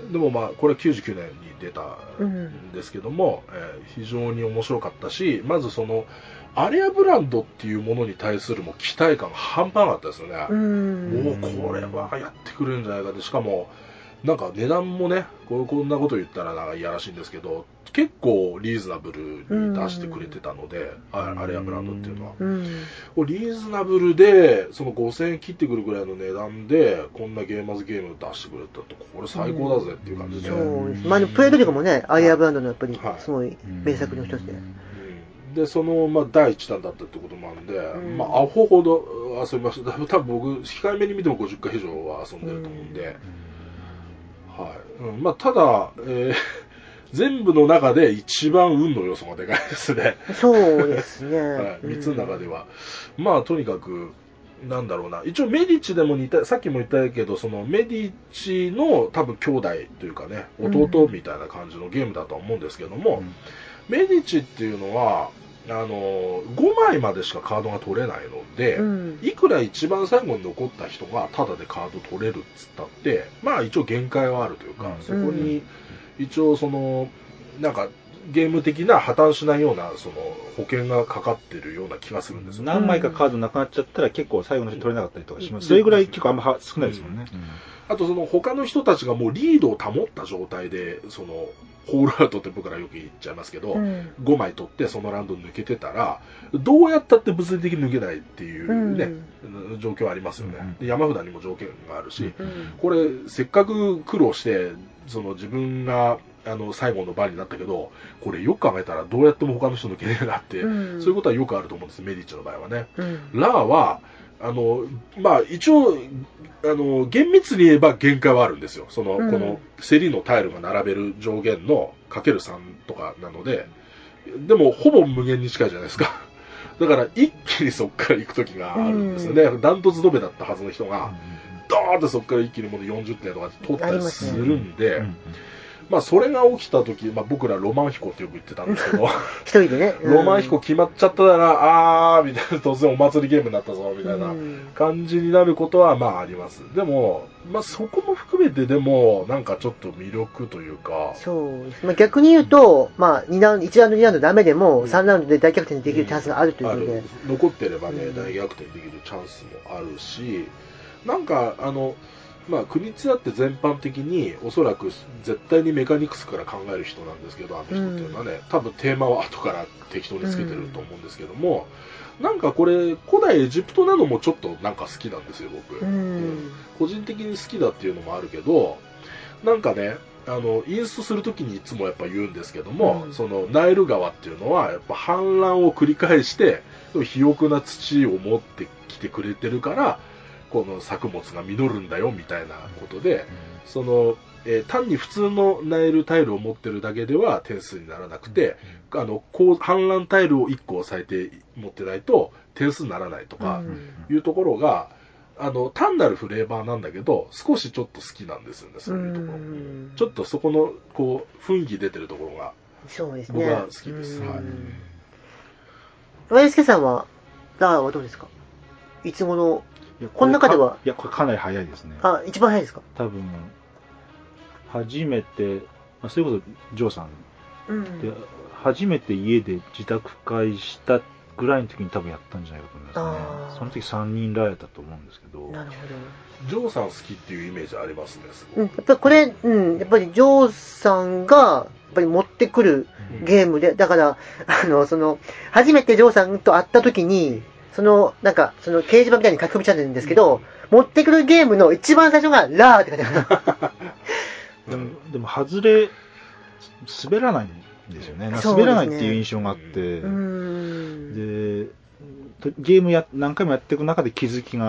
でもまあこれは99年に出たんですけども、非常に面白かったし、まずそのアレアブランドっていうものに対するも期待感が半端なかったですよね。もうこれはやってくれるんじゃないかって、しかもなんか値段もね、こんなこと言ったらなんかいやらしいんですけど、結構リーズナブルに出してくれてたので、アレアブランドっていうのは。リーズナブルで、その5000円切ってくるぐらいの値段で、こんなゲーマーズゲーム出してくれたと、これ最高だぜっていう感じで。 そうです。まあ、プエルリコもね、アレアブランドのやっぱり、すごい名作の一つで。 で、その、まあ、第1弾だったってこともあるんで、まあ、アホほど遊びました。多分僕、控えめに見ても50回以上は遊んでると思うんで、はい。まあ、ただ、全部の中で一番運の要素がでかいですね。 そうですね。 はい。3つの中では。まあ、とにかく、なんだろうな。一応、メディチでも似た、さっきも言ったけど、そのメディチの多分兄弟というかね、弟みたいな感じのゲームだとは思うんですけども、メディチっていうのは、5枚までしかカードが取れないので、いくら一番最後に残った人がタダでカード取れるっつったって、まあ一応限界はあるというか、そこに一応その、なんかゲーム的な破綻しないようなその保険がかかってるような気がするんですよ。 何枚かカードなくなっちゃったら結構最後の人取れなかったりとかします。それぐらい結構あんま少ないですもんね。 あとその他の人たちがもうリードを保った状態で、その、ホールアウトって僕らよく言っちゃいますけど、5枚取ってそのラウンド抜けてたら、どうやったって物理的に抜けないっていうね、状況ありますよね。で山札にも条件があるし、これせっかく苦労して、その自分が最後の番になったけど、これよく考えたらどうやっても他の人抜けねえなって、そういうことはよくあると思うんです、メディッチの場合はね。ラーは、まあ、一応、厳密に言えば限界はあるんですよ。その、この、競りのタイルが並べる上限のかける3とかなので、でも、ほぼ無限に近いじゃないですか。だから、一気にそっから行く時があるんですよね。ダントツ止めだったはずの人が、ドーンってそっから一気にもう40点とか取ったりするんで、まあ、それが起きた時、まあ、僕らロマン飛行ってよく言ってたんですけど、 一人でね。 ロマン飛行決まっちゃったら、みたいな、突然お祭りゲームになったぞ、みたいな感じになることは、まあ、あります。でも、まあ、そこも含めて、でも、なんかちょっと魅力というか。 そうです。まあ、逆に言うと、まあ、1ラウンド、2ラウンドダメでも、3ラウンドで大逆転できるチャンスがあるということで。 残ってればね、大逆転できるチャンスもあるし、なんか、まあ、クニツヤって全般的におそらく絶対にメカニクスから考える人なんですけど、あの人っていうのはね、多分テーマは後から適当につけてると思うんですけども、なんかこれ古代エジプトなのもちょっとなんか好きなんですよ、僕。個人的に好きだっていうのもあるけど、なんかね、インストするときにいつもやっぱ言うんですけども、そのナイル川っていうのはやっぱ氾濫を繰り返して肥沃な土を持ってきてくれてるから、この作物が実るんだよみたいなことで、その、単に普通のナイルタイルを持ってるだけでは点数にならなくて、こう氾濫タイルを1個抑えて持ってないと点数にならないとかいうところが、単なるフレーバーなんだけど、少しちょっと好きなんですよね、そういうところ。ちょっとそこの、こう、雰囲気出てるところが、 そうですね。 僕は好きです。はい。 小林さんは、ラーはどうですか？いつ頃、この中では。 いや、これかなり早いですね。 あ、一番早いですか？ 多分、初めて、それこそ、ジョーさんで、初めて家で自宅会したぐらいの時に多分やったんじゃないかと思いますね。その時3人ラーやったと思うんですけど。 なるほど。ジョーさん好きっていうイメージありますね、すごい。やっぱりこれ、やっぱりジョーさんが、やっぱり持ってくるゲームで、だから、初めてジョーさんと会った時に、なんか、掲示板みたいに書き込みちゃってるんですけど、持ってくるゲームの一番最初が、ラーって書いてある。でも、外れ、滑らないんですよね。滑らないっていう印象があって、で、ゲーム何回もやっていく中で気づきが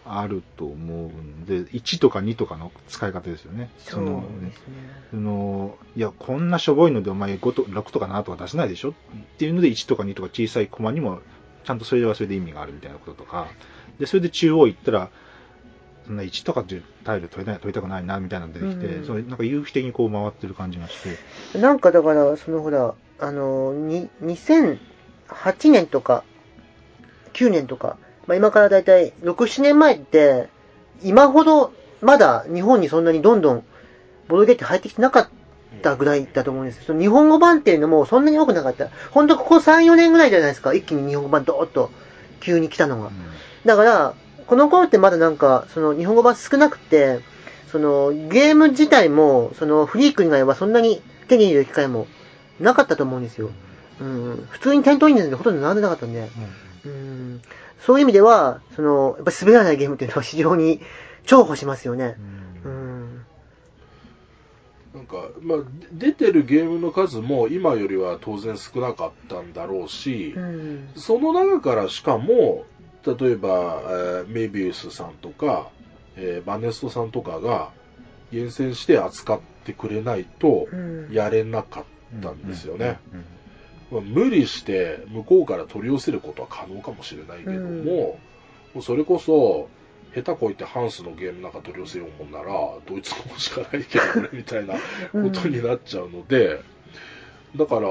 あると思うんで、1とか2とかの使い方ですよね。 そうですね。 いや、こんなしょぼいのでお前5と6とか7とか出せないでしょっていうので1とか2とか小さいコマにもちゃんとそれはそれで意味があるみたいなこととか、で、それで中央行ったら、そんな1とかっていうタイル取りたくないなみたいなのが出てきて、それなんか有機的にこう回ってる感じがして。 なんかだから、ほら、2008年とか、9年とか、まあ、今からだいたい6、7年前って、今ほどまだ日本にそんなにどんどんボードゲームって入ってきてなかったぐらいだと思うんですよ。その日本語版っていうのもそんなに多くなかった。ほんとここ3、4年ぐらいじゃないですか。一気に日本語版ドーッと急に来たのが。だから、この頃ってまだなんか、その日本語版少なくて、そのゲーム自体も、そのフリーク以外はそんなに手に入れる機会もなかったと思うんですよ。普通に店頭にでほとんど並んでなかったんで。そういう意味では、やっぱり滑らないゲームっていうのは非常に重宝しますよね。 なんか、まあ、出てるゲームの数も今よりは当然少なかったんだろうし、その中からしかも、例えば、メビウスさんとか、バネストさんとかが厳選して扱ってくれないとやれなかったんですよね。無理して向こうから取り寄せることは可能かもしれないけども、それこそ下手こいてハンスのゲームなんか取り寄せようもんならドイツ語しかないけど俺みたいなことになっちゃうので、だから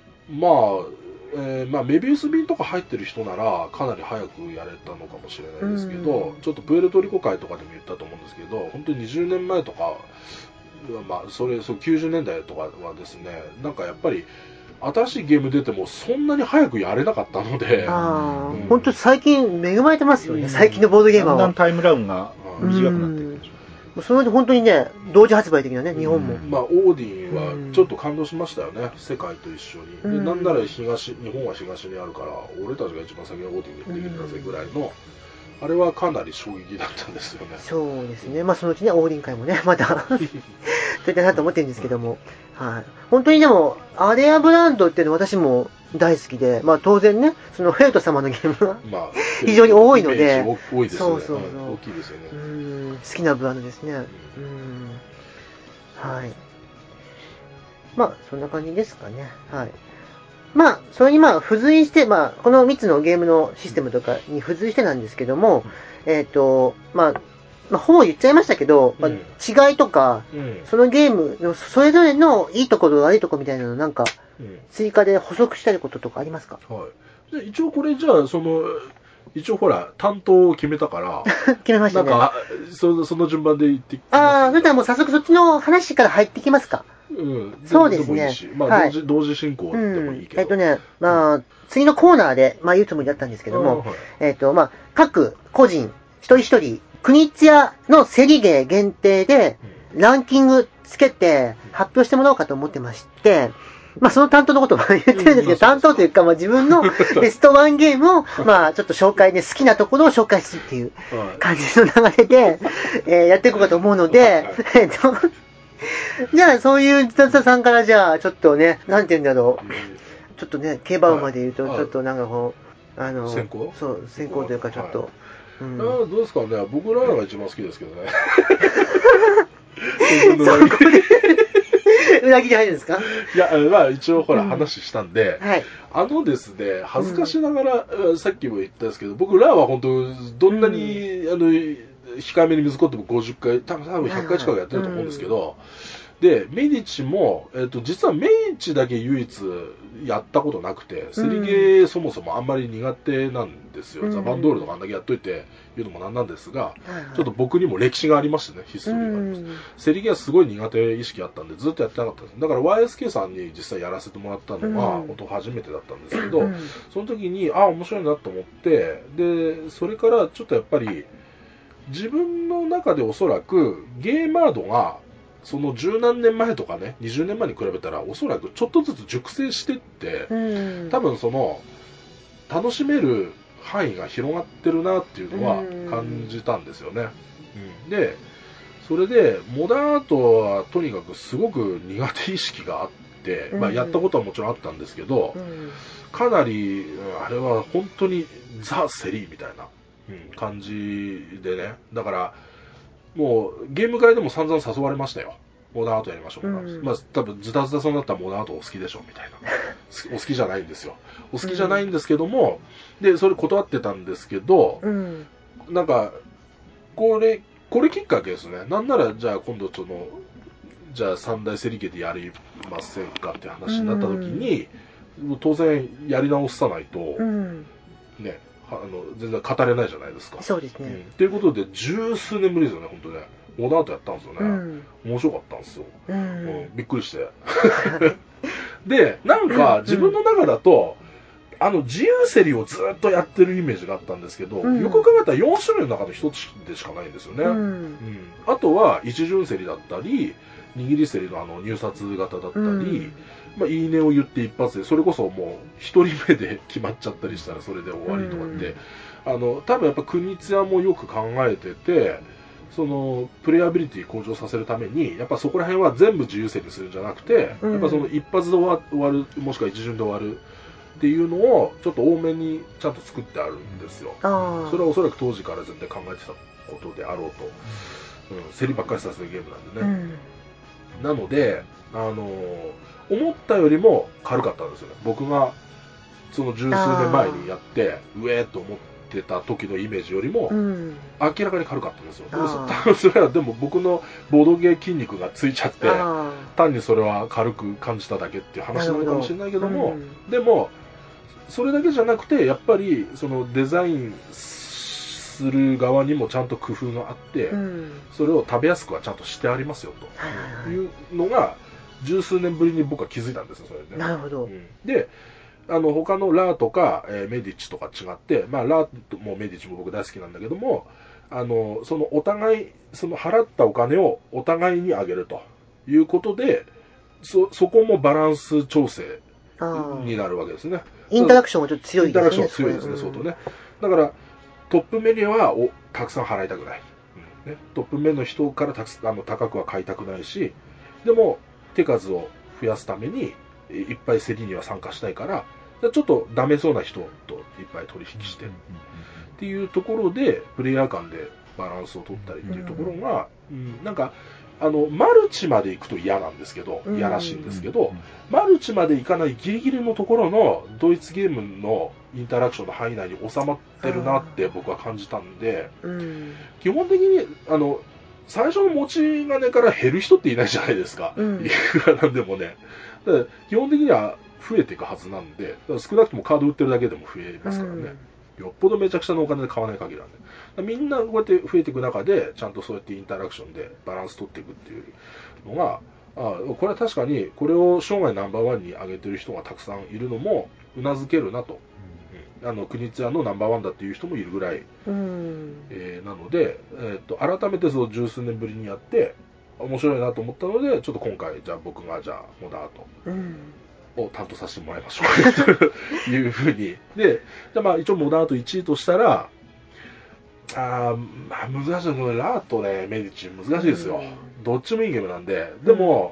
まあメビウス便とか入ってる人ならかなり早くやれたのかもしれないですけど、ちょっとプエルトリコ会とかでも言ったと思うんですけど、本当に20年前とか、まあそう90年代とかはですね、なんかやっぱり新しいゲーム出てもそんなに早くやれなかったので、 本当最近恵まれてますよね、最近のボードゲーマーは。 だんだんタイムラグが短くなってるでしょ。 それで本当にね、同時発売的なね、日本も。 まあ、オーディンはちょっと感動しましたよね、世界と一緒に。でなんなら日本は東にあるから、俺たちが一番先にオーディンでできるんだぜぐらいの、あれはかなり衝撃だったんですよね。 そうですね。まあそのうちね、オーディン会もね、また出たいなと思ってるんですけども。はい。本当にでも、アレアブランドっていうのは私も大好きで、まあ当然ね、そのフェイト様のゲームが非常に多いので、 多いですね。 そう大きいですよね。 好きなブランドですね。はい。まあそんな感じですかね。はい。まあ、それに付随して、まあ、この3つのゲームのシステムとかに付随してなんですけども、まあ、ほぼ言っちゃいましたけど、違いとか、そのゲームのそれぞれのいいところ悪いところみたいなのなんか、追加で補足したいこととかありますか？ はい。で一応これじゃあ、一応ほら、担当を決めたから、 決めましたね。 なんか、その順番で言ってきます。 ああ、それとはもう早速そっちの話から入ってきますか？そうですね。 まあ、同時進行でもいいけど。 まあ、次のコーナーで、まあ、言うつもりだったんですけども、まあ、各個人、一人一人、国津屋の競りゲー限定で、ランキングつけて発表してもらおうかと思ってまして、まあ、その担当のことを言ってるんですけど、担当というか、まあ、自分のベストワンゲームを、まあ、ちょっと紹介で、好きなところを紹介するっていう感じの流れで、やっていこうかと思うので、じゃあ、そういう自殺さんから、じゃあ、ちょっとね、なんて言うんだろう。ちょっとね、競馬馬で言うと、ちょっとなんかこう、 先行そう、先行というか、ちょっと。 どうですかね、僕らが一番好きですけどね。 裏切り入るんですか？ いや、まあ一応ほら話したんで、 はい。 ですね、恥ずかしながら、さっきも言ったんですけど、僕らは本当、どんなに、控えめに水こっても50回、多分100回近くやってると思うんですけど、で、メディチも、実はメディチだけ唯一やったことなくて、セリゲーそもそもあんまり苦手なんですよ。ザ・バンドールとかあんだけやっといて言うのもなんなんですが、ちょっと僕にも歴史がありましてね、ヒストリーがあります。セリゲーはすごい苦手意識あったんで、ずっとやってなかったんです。だから YSK さんに実際やらせてもらったのが、本当初めてだったんですけど、その時に、面白いなと思って、で、それからちょっとやっぱり、自分の中でおそらくゲーマードが、その十何年前とかね、20年前に比べたらおそらくちょっとずつ熟成してって、多分楽しめる範囲が広がってるなっていうのは感じたんですよね。で、それでモダンアートはとにかくすごく苦手意識があって、まあやったことはもちろんあったんですけど、かなり、あれは本当にザ・セリーみたいな。 感じでね。だから、もう、ゲーム会でも散々誘われましたよ。モダンアートやりましょう。まあ、多分、ズタズタさんだったらモダンアートお好きでしょ、みたいな。お好きじゃないんですよ。お好きじゃないんですけども、で、それ断ってたんですけど、なんか、これきっかけですね。なんなら、じゃあ今度じゃあ三大セリゲでやりませんかって話になった時に、当然やり直さないと、ね、全然語れないじゃないですか。 そうですね。 っていうことで、十数年ぶりですよね、本当ね。モダンアートやったんですよね。面白かったんですよ。びっくりして。で、なんか自分の中だと、自由競りをずっとやってるイメージがあったんですけど、よく考えたら4種類の中の1つでしかないんですよね。あとは一巡競りだったり、握り競りの入札型だったり、まあ、いいねを言って一発で、それこそもう1人目で決まっちゃったりしたらそれで終わりとかって、多分やっぱ国津屋もよく考えてて、プレイアビリティ向上させるために、やっぱそこら辺は全部自由競りするんじゃなくて、やっぱ一発で終わる、もしくは一巡で終わるっていうのを、ちょっと多めにちゃんと作ってあるんですよ。それはおそらく当時から全然考えてたことであろうと。競りばっかりさせるゲームなんでね。なので、思ったよりも軽かったんですよね。僕が、その十数年前にやって、うえーと思ってた時のイメージよりも、明らかに軽かったんですよ。それはでも僕のボードゲー筋肉がついちゃって、単にそれは軽く感じただけっていう話なのかもしれないけども、でも、それだけじゃなくて、やっぱり、デザインする側にもちゃんと工夫があって、それを食べやすくはちゃんとしてありますよ、というのが、十数年ぶりに僕は気づいたんですよ、それね。 なるほど。 で、他のラーとか、メディッチとか違って、まあ、ラーもメディッチも僕大好きなんだけども、お互い、払ったお金をお互いにあげるということで、そこもバランス調整になるわけですね。 インタラクションもちょっと強いですね。 インタラクション強いですね、相当ね。だから、トップメニューはたくさん払いたくない。トップメの人から高くは買いたくないし、でも、手数を増やすために、いっぱい競りには参加したいから、ちょっとダメそうな人といっぱい取引して、っていうところで、プレイヤー間でバランスを取ったりっていうところが、なんか、マルチまで行くと嫌なんですけど、いやらしいんですけど、マルチまで行かないギリギリのところのドイツゲームのインタラクションの範囲内に収まってるなって僕は感じたんで、基本的に、最初の持ち金から減る人っていないじゃないですか。いくらなんでもね。だから基本的には増えていくはずなんで、少なくともカード売ってるだけでも増えますからね。よっぽどめちゃくちゃなお金で買わない限りなんで。みんなこうやって増えていく中で、ちゃんとそうやってインタラクションでバランス取っていくっていうのが、これは確かに、これを生涯ナンバーワンに上げてる人がたくさんいるのも、うなずけるなと。国津屋のナンバーワンだっていう人もいるぐらい。なので、改めてその十数年ぶりにやって、面白いなと思ったので、ちょっと今回、じゃあ僕が、じゃあ、モダンアートを担当させてもらいましょう。というふうに。で、まあ一応モダンアート1位としたら、まあ難しいですね。ラーとね、メディチ難しいですよ。どっちもいいゲームなんで、でも、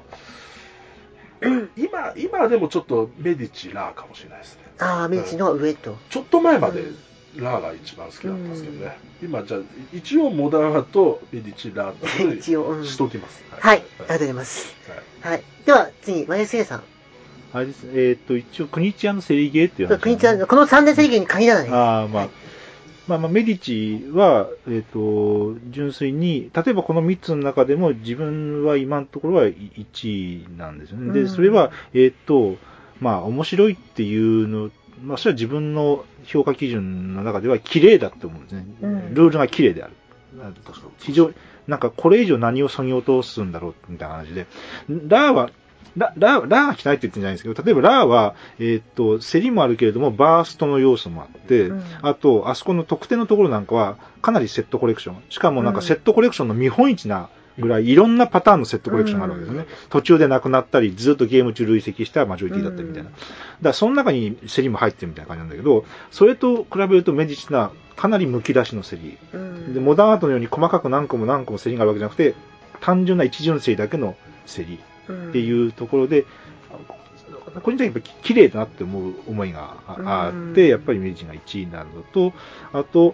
今でもちょっとメディチラーかもしれないですね。 メディチの上と。 ちょっと前までラーが一番好きだったんですけどね。今じゃあ、一応モダンアート、メディチラーと一応しときます。 はい、ありがとうございます。はい。では、次、YSA さん。 あれですね、一応、国津屋の競りゲーっていう話、 国津屋、この三大競りゲーに限らない。 まあ、メディチは、純粋に、例えばこの3つの中でも自分は今のところは1位なんですよね。で、それは、まあ、面白いっていうの、まあ、それは自分の評価基準の中では綺麗だって思うんですね。ルールが綺麗である。非常に、なんかこれ以上何を削ぎ落とすんだろうみたいな話で。ラーが汚いって言ってるんじゃないですけど、例えばラーは、競りもあるけれども、バーストの要素もあって、あと、あそこの特典のところなんかは、かなりセットコレクション。しかもなんかセットコレクションの見本市なぐらい、いろんなパターンのセットコレクションがあるわけですね。途中でなくなったり、ずっとゲーム中累積したマジョリティだったりみたいな。だからその中に競りも入ってるみたいな感じなんだけど、それと比べるとメディチはかなり剥き出しの競り。で、モダンアートのように細かく何個も競りがあるわけじゃなくて、単純な一巡競りだけの競り。っていうところで、個人的にやっぱり綺麗だなって思う思いがあって、やっぱりメディチが1位になるのと、あと、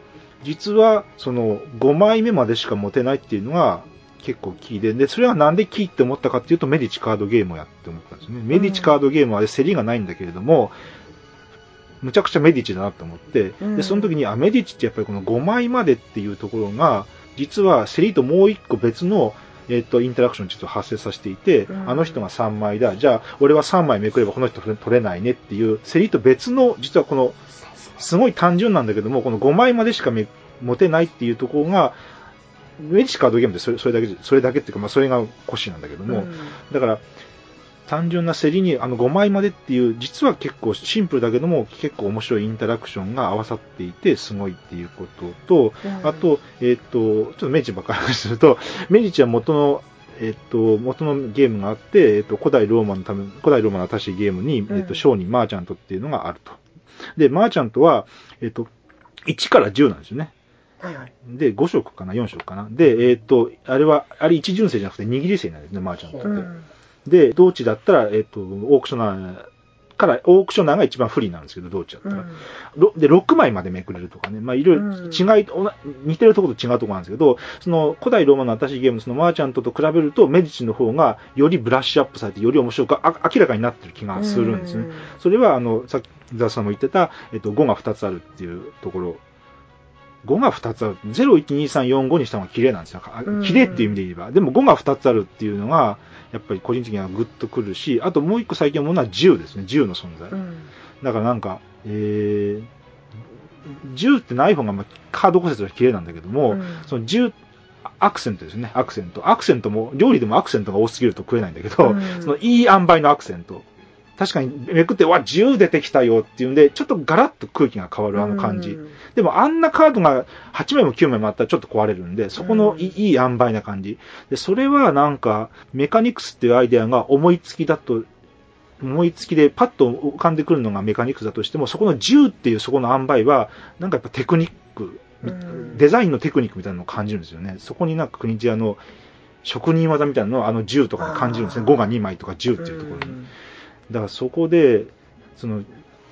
実はその5枚目までしか持てないっていうのが結構キーで、それはなんでキーって思ったかっていうと、メディチカードゲームをやって思ったんですね。メディチカードゲームは競りがないんだけれども、むちゃくちゃメディチだなと思って、で、その時に、メディチってやっぱりこの5枚までっていうところが、実は競りともう一個別の、インタラクションをちょっと発生させていて、あの人が3枚だ。じゃあ、俺は3枚めくればこの人取れないねっていう、競りと別の、実はこの、すごい単純なんだけども、この5枚までしか持てないっていうところが、メディチカードゲームでそれだけっていうか、それがコシなんだけども、だから、単純な競りに5枚までっていう、実は結構シンプルだけども、結構面白いインタラクションが合わさっていて、すごいっていうことと、あと、ちょっとメディチばっかりすると、メディチは元のゲームがあって、古代ローマの新しいゲームに、商人、マーチャントっていうのがあると。で、マーチャントは、1から10なんですよね。 はいはい。 で、5色かな、4色かな。で、あれ一巡制じゃなくて握り制なんですね、マーチャントって。で、同地だったら、オークショナーが一番不利なんですけど、同地だったら。で、6枚までめくれるとかね。いろいろ似てるところと違うところなんですけど、その古代ローマの新しいゲームのそのマーチャントと比べると、メディチの方がよりブラッシュアップされて、より面白く明らかになってる気がするんですね。それは、さっき伊沢さんも言ってた、5が2つあるっていうところ。5が2つある。0、1、2、3、4、5にした方が綺麗なんですよ。綺麗っていう意味で言えば。でも5が2つあるっていうのが、やっぱり個人的にはグッとくるし、あともう一個最近思うのは10ですね。10の存在。だからなんか、10ってない方がカード構成として綺麗なんだけども、その10、アクセントですね。アクセントも、料理でもアクセントが多すぎると食えないんだけど、そのいい塩梅のアクセント。確かにめくって、10出てきたよっていうんで、ちょっとガラッと空気が変わる感じ。でもあんなカードが8枚も9枚もあったらちょっと壊れるんで、そこのいい塩梅な感じ。で、それはなんか、メカニクスっていうアイデアが思いつきでパッと浮かんでくるのがメカニクスだとしても、そこの10っていうそこの塩梅は、なんかやっぱテクニック、デザインのテクニックみたいなのを感じるんですよね。そこになんか国地屋の職人技みたいなのを10とかに感じるんですね。5が2枚とか10っていうところに。だからそこで、その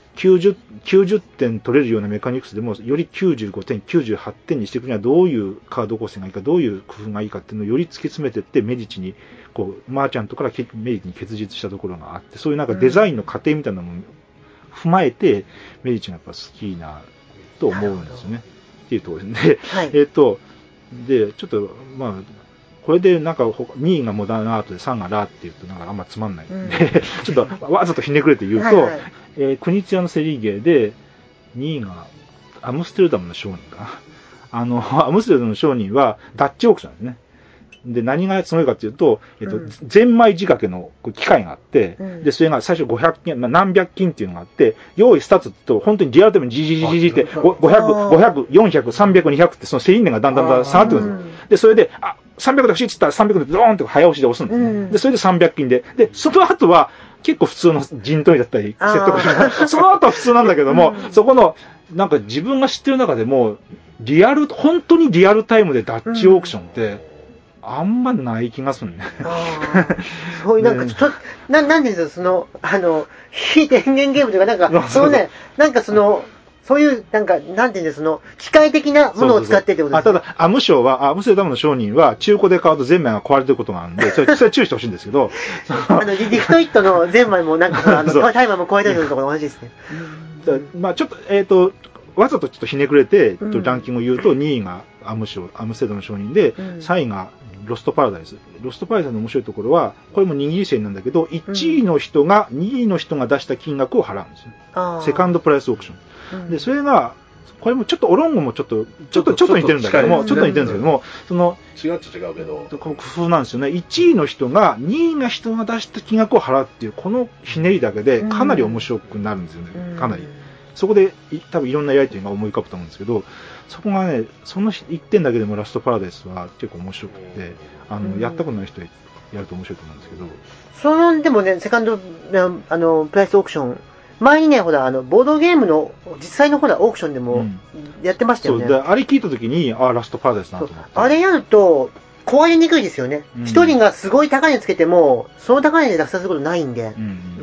90点取れるようなメカニクスでも、より95点、98点にしていくにはどういうカード構成がいいか、どういう工夫がいいかっていうのをより突き詰めていって、メディチに、マーチャントからメディチに結実したところがあって、そういうなんかデザインの過程みたいなのも踏まえて、メディチがやっぱ好きなと思うんですよね。っていうところですね。 はい、 で、ちょっと、これでなんか2位がモダンアートで3がラーって言うとなんかあんまつまんないんで、ちょっとわざとひねくれて言うと、国津屋のセリーゲーで2位がアムステルダムの商人かな。アムステルダムの商人はダッチオークションですね。で、何がすごいかっていうと、ゼンマイ仕掛けの機械があって、で、それが最初500金、何百金っていうのがあって、用意スタートって本当にリアルタイムにじって、500、400、300、200ってそのセリーネがだんだん下がってくるんですよ。で、それで、300で欲しいって言ったら300でドーンって早押しで押すんですね。で、それで300金で。で、その後は結構普通の陣取りだったり、説得しその後は普通なんだけども、そこの、なんか自分が知ってる中でも、本当にリアルタイムでダッチオークションって、あんまない気がするね。 そういう、なんか、なんですよ、非電源ゲームというか、なんか、そういう、なんか、なんていうんですか、機械的なものを使ってってことですね。 ただ、アムステルダムの商人は、中古で買うとゼンマイが壊れてることがあるんで、それ注意してほしいんですけど。 リフトイットのゼンマイもなんか、タイマーも壊れてるところと同じですね。 ちょっと、わざとちょっとひねくれて、ランキングを言うと、2位がアムステルダムの商人で、3位がロストパラダイス。ロストパラダイスの面白いところは、これも握り制なんだけど、1位の人が、2位の人が出した金額を払うんですよ。セカンドプライスオークション。で、それが、これもちょっとオロンゴもちょっと似てるんだけども、ちょっと似てるんですけども、 違うけど。 工夫なんですよね。1位の人が、2位の人が出した金額を払うっていう、このひねりだけでかなり面白くなるんですよね。かなり。そこで多分いろんなやりとりが思い浮かぶと思うんですけど、そこがね、その1点だけでもラストパラダイスは結構面白くて、やったことない人やると面白いと思うんですけど。 でもね、セカンド、プライスオークション、前にね、ボードゲームの、実際のオークションでもやってましたよね。 そう、あれ聞いたときに、ラストパラダイスなと思って。 あれやると、壊れにくいですよね。一人がすごい高値つけても、その高値で落札することないんで。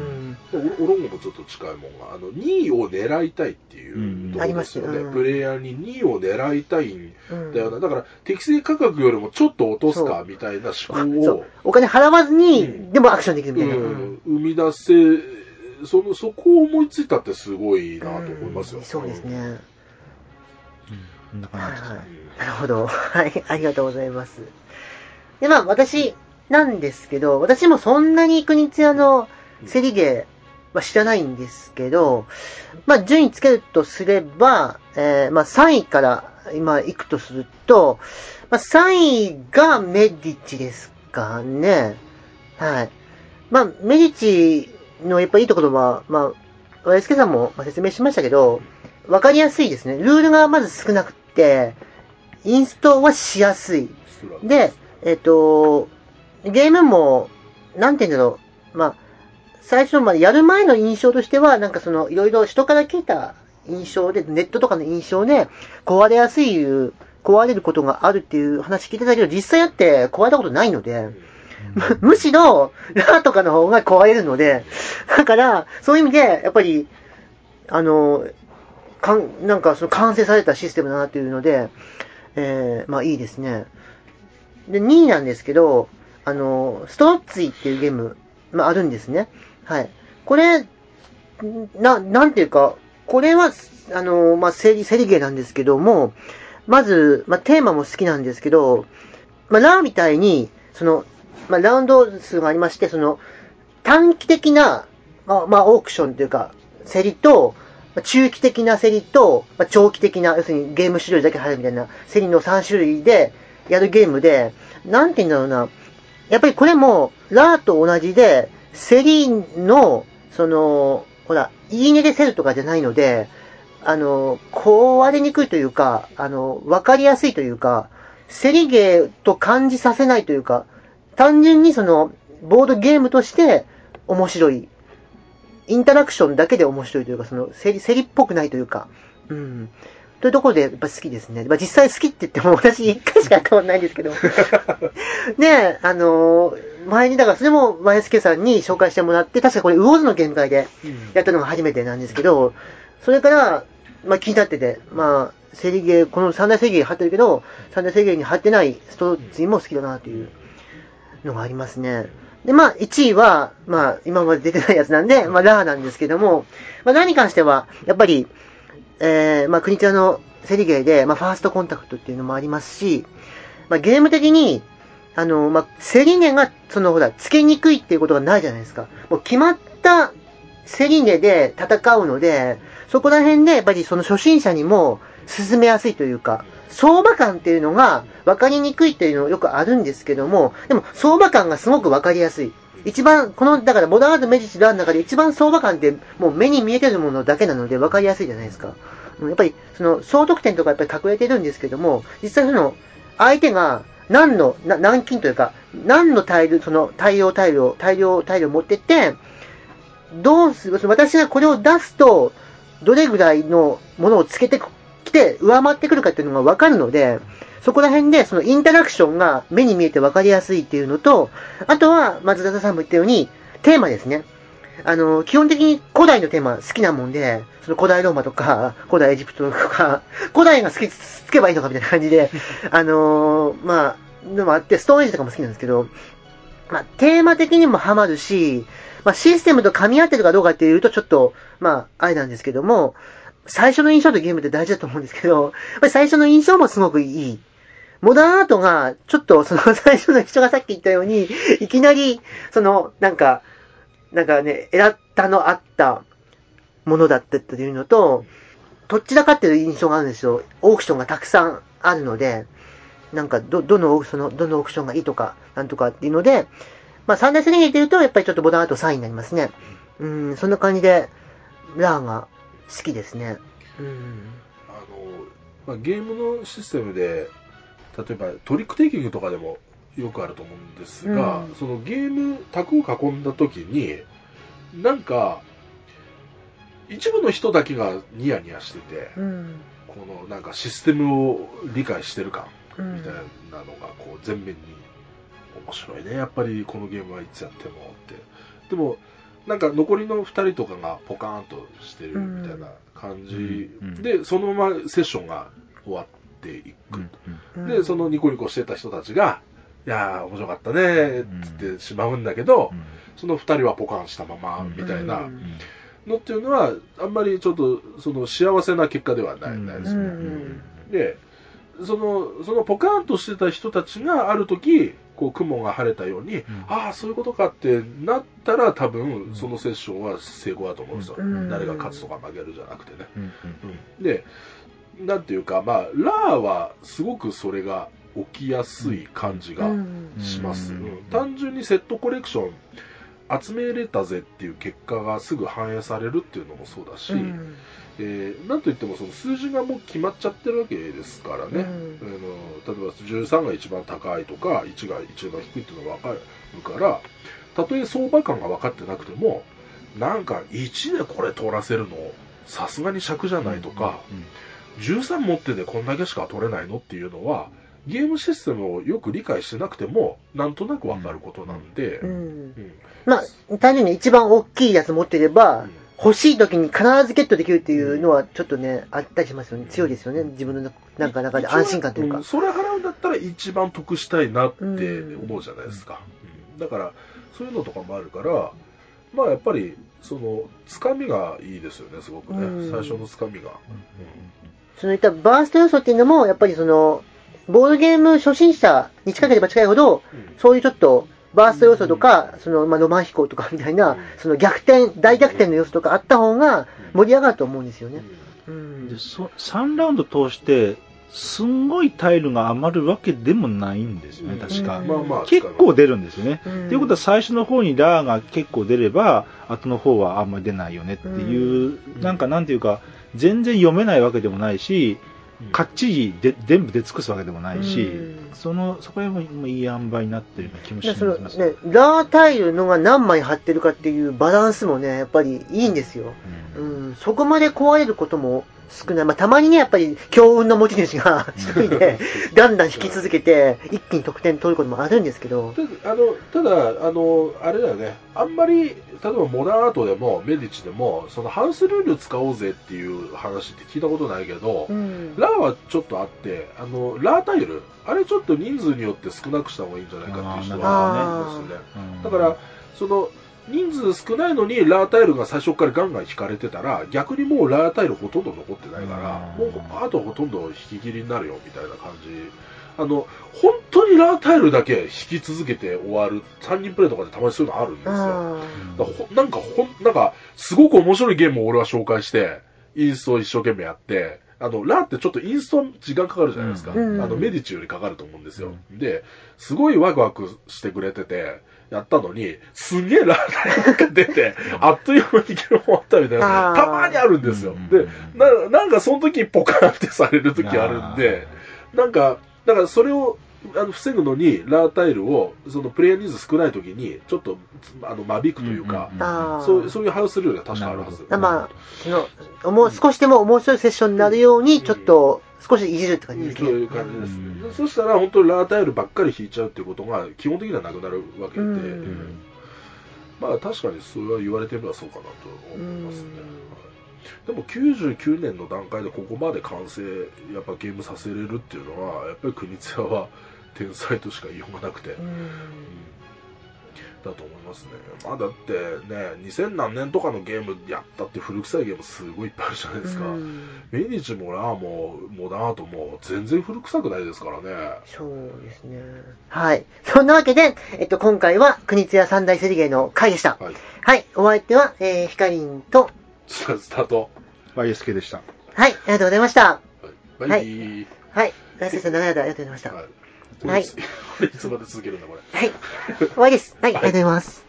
オロンゴもちょっと近いもんが、2位を狙いたいっていうところですよね。プレイヤーに2位を狙いたいんだよな。だから、適正価格よりもちょっと落とすか、みたいな思考を。 お金払わずに、でもアクションできるみたいな。 生み出せ、そこを思いついたってすごいなと思いますよ。 そうですね。 こんな感じですね。 なるほど。はい、ありがとうございます。で、まあ、私なんですけど、私もそんなに国津屋の競りゲーは知らないんですけど、まあ、順位つけるとすれば、まあ、3位から今行くとすると、まあ、3位がメディチですかね。はい。まあ、メディチのやっぱいいところは、まあ、YSK さんも説明しましたけど、わかりやすいですね。ルールがまず少なくて、インストはしやすい。で、ゲームも、なんて言うんだろう。まあ、最初までやる前の印象としては、なんかいろいろ人から聞いた印象で、ネットとかの印象で、壊れることがあるっていう話聞いてたけど、実際やって壊れたことないので、むしろ、ラーとかの方が壊れるので、だから、そういう意味で、やっぱり、なんか完成されたシステムだなっていうので、まあいいですね。で、2位なんですけど、ストロッツィっていうゲーム、まああるんですね。はい。これ、なんていうか、これは、まあセリゲーなんですけども、まず、まあテーマも好きなんですけど、まあラーみたいに、まあラウンド数がありまして、短期的な、まあオークションというか、競りと、中期的な競りと、長期的な、要するにゲーム種類だけ入るみたいな競りの3種類でやるゲームで、なんて言うんだろうな。やっぱりこれも、ラーと同じで、競りの、ほら、いいねで競るとかじゃないので、壊れにくいというか、わかりやすいというか、競りゲーと感じさせないというか、単純にボードゲームとして面白い。インタラクションだけで面白いというか、競りっぽくないというか、うん。というところでやっぱ好きですね。まあ、実際好きって言っても私一回しかやったことないんですけど。で、前にだからそれも YSK さんに紹介してもらって、確かこれウォーズのゲーム会でやったのが初めてなんですけど、それから、まあ気になってて、まあ、競りゲー、この三大競りゲーに貼ってるけど、三大競りゲーに貼ってないストロッツィも好きだなというのがありますね。で、まあ、1位は、まあ、今まで出てないやつなんで、まあ、ラーなんですけども、まあ、ラーに関しては、やっぱり、まあ、国津屋の競りゲーで、まあ、ファーストコンタクトっていうのもありますし、まあ、ゲーム的に、まあ、競り値が、ほら、つけにくいっていうことがないじゃないですか。もう決まった競り値で戦うので、そこら辺で、やっぱり初心者にも進めやすいというか、相場感っていうのが分かりにくいっていうのよくあるんですけども、でも相場感がすごく分かりやすい。一番、だからモダンアートメディチラーの中で一番相場感ってもう目に見えてるものだけなので分かりやすいじゃないですか。やっぱり、総得点とかやっぱり隠れてるんですけども、実際相手が何金というか、何の大量タイルを持ってって、私がこれを出すと、どれぐらいのものをつけてきて上回ってくるかっていうのがわかるので、そこら辺でインタラクションが目に見えてわかりやすいっていうのと、あとは、松田さんも言ったように、テーマですね。基本的に古代のテーマ好きなもんで、古代ローマとか、古代エジプトとか、古代がつけばいいのかみたいな感じで、まあ、のもあって、ストーンエイジとかも好きなんですけど、まあ、テーマ的にもハマるし、まあ、システムと噛み合ってるかどうかっていうと、ちょっと、まあ、あれなんですけども、最初の印象とゲームって大事だと思うんですけど、やっぱり最初の印象もすごくいい。モダンアートが、ちょっと最初の人がさっき言ったように、いきなり、なんかね、あったものだったっていうのと、どっちだかっていう印象があるんですよ。オークションがたくさんあるので、なんか、どのオークションがいいとか、なんとかっていうので、まあ、三大セレゲーって言うと、やっぱりちょっとモダンアート3位になりますね。そんな感じで、ラーが好きですね。 まあ、ゲームのシステムで、例えばトリックテイキングとかでもよくあると思うんですが、そのゲーム、卓を囲んだ時に、なんか、一部の人だけがニヤニヤしてて、このなんかシステムを理解してる感みたいなのがこう前面に面白いね、やっぱりこのゲームはいつやってもって。でも、 なんか残りの2人とかがポカーンとしてるみたいな感じで、そのままセッションが終わっていく。で、そのニコニコしてた人たちが、いやー面白かったねって言ってしまうんだけど、その2人はポカーンしたままみたいなのっていうのは、あんまりちょっとその幸せな結果ではないですよね。で、そのポカーンとしてた人たちがある時、こう雲が晴れたように、ああそういうことかってなったら、多分そのセッションは成功だと思うんですよ。誰が勝つとか負けるじゃなくてね。で、なんていうか、まあラーはすごくそれが起きやすい感じがします。単純にセットコレクション集めれたぜっていう結果がすぐ反映されるっていうのもそうだし、なんといってもその数字がもう決まっちゃってるわけですからね、例えば13が一番高いとか1が一番低いっていうのが分かるから、たとえ相場感が分かってなくても、なんか1でこれ取らせるのさすがに尺じゃないとか、13持っててこんだけしか取れないのっていうのは、ゲームシステムをよく理解してなくてもなんとなく分かることなんで、 まあ単純に一番大きいやつ持ってれば、欲しい時に必ずゲットできるっていうのはちょっとね、あったりしますよね。強いですよね。自分のなんか中で安心感というか。 それ払うんだったら一番得したいなって思うじゃないですか。だからそういうのとかもあるから、まあやっぱりそのつかみがいいですよね、すごくね。最初のつかみが。 そういったバースト要素っていうのもやっぱりそのボードゲーム初心者に近ければ近いほど、そういうちょっとバースト要素とか、そのロマン飛行とかみたいな、その逆転、大逆転の要素とかあった方が盛り上がると思うんですよね。 で3ラウンド通して、すんごいタイルが余るわけでもないんですよね、確か。結構出るんですよね。ということは最初の方にラーが結構出れば、後の方はあんまり出ないよねっていう、なんていうか、全然読めないわけでもないし、かっちりで全部出尽くすわけでもないし、そこら辺もいい塩梅になってるような気もしますね。 ラータイルのが何枚貼ってるかっていうバランスもね、やっぱりいいんですよ。そこまで壊れることも少ない。まあ、たまにね、やっぱり強運の持ち主が一人でガンガン引き続けて、一気に得点取ることもあるんですけど。 ただ、あれだよね、あんまり、例えばモダンアートでもメディチでも、そのハウスルール使おうぜっていう話って聞いたことないけど、ラーはちょっとあって、ラータイル、あれちょっと人数によって少なくした方がいいんじゃないかっていう人はね、いますよね。だから、その、人数少ないのにラータイルが最初からガンガン引かれてたら、逆にもうラータイルほとんど残ってないから、もうあとほとんど引き切りになるよみたいな感じ。本当にラータイルだけ引き続けて終わる3人プレイとかでたまにそういうのあるんですよ。なんかすごく面白いゲームを俺は紹介してインストを一生懸命やって、ラーってちょっとインスト時間かかるじゃないですか。メディチよりかかると思うんですよ。で、すごいワクワクしてくれてて、やったのに、すげえラータイルが出て、あっという間にゲーム終わったみたいな、たまにあるんですよ。で、なんかその時ポカーンってされる時あるんで、だからそれを防ぐのにラータイルをそのプレイヤー人数少ない時にちょっと間引くというか、そういうハウスルールが確かあるはず。 まあ少しでも面白いセッションになるようにちょっと少しいじるって感じですね。 そういう感じです。そしたら本当にラータイルばっかり引いちゃうっていうことが基本的にはなくなるわけで、まあ確かにそれは言われてみればそうかなと思いますね。でも99年の段階でここまで完成やっぱゲームさせれるっていうのはやっぱり国津屋は天才としか言いようがなくて、だと思いますね。まあだってね、2000何年とかのゲームやったって古臭いゲームすごいいっぱいあるじゃないですか。メディチもラーもモダンアートも全然古臭くないですからね。 そうですね。はい。そんなわけで、今回は国津屋三大セリゲーの回でした。はい。お相手は、ヒカリンとスタート。 YSK でした。 はい。ありがとうございました。 バイビー。 はい。ラスさん長々ありがとうございました。 はい。いつまで続けるんだこれ。 はい。終わりです。はい。ありがとうございます。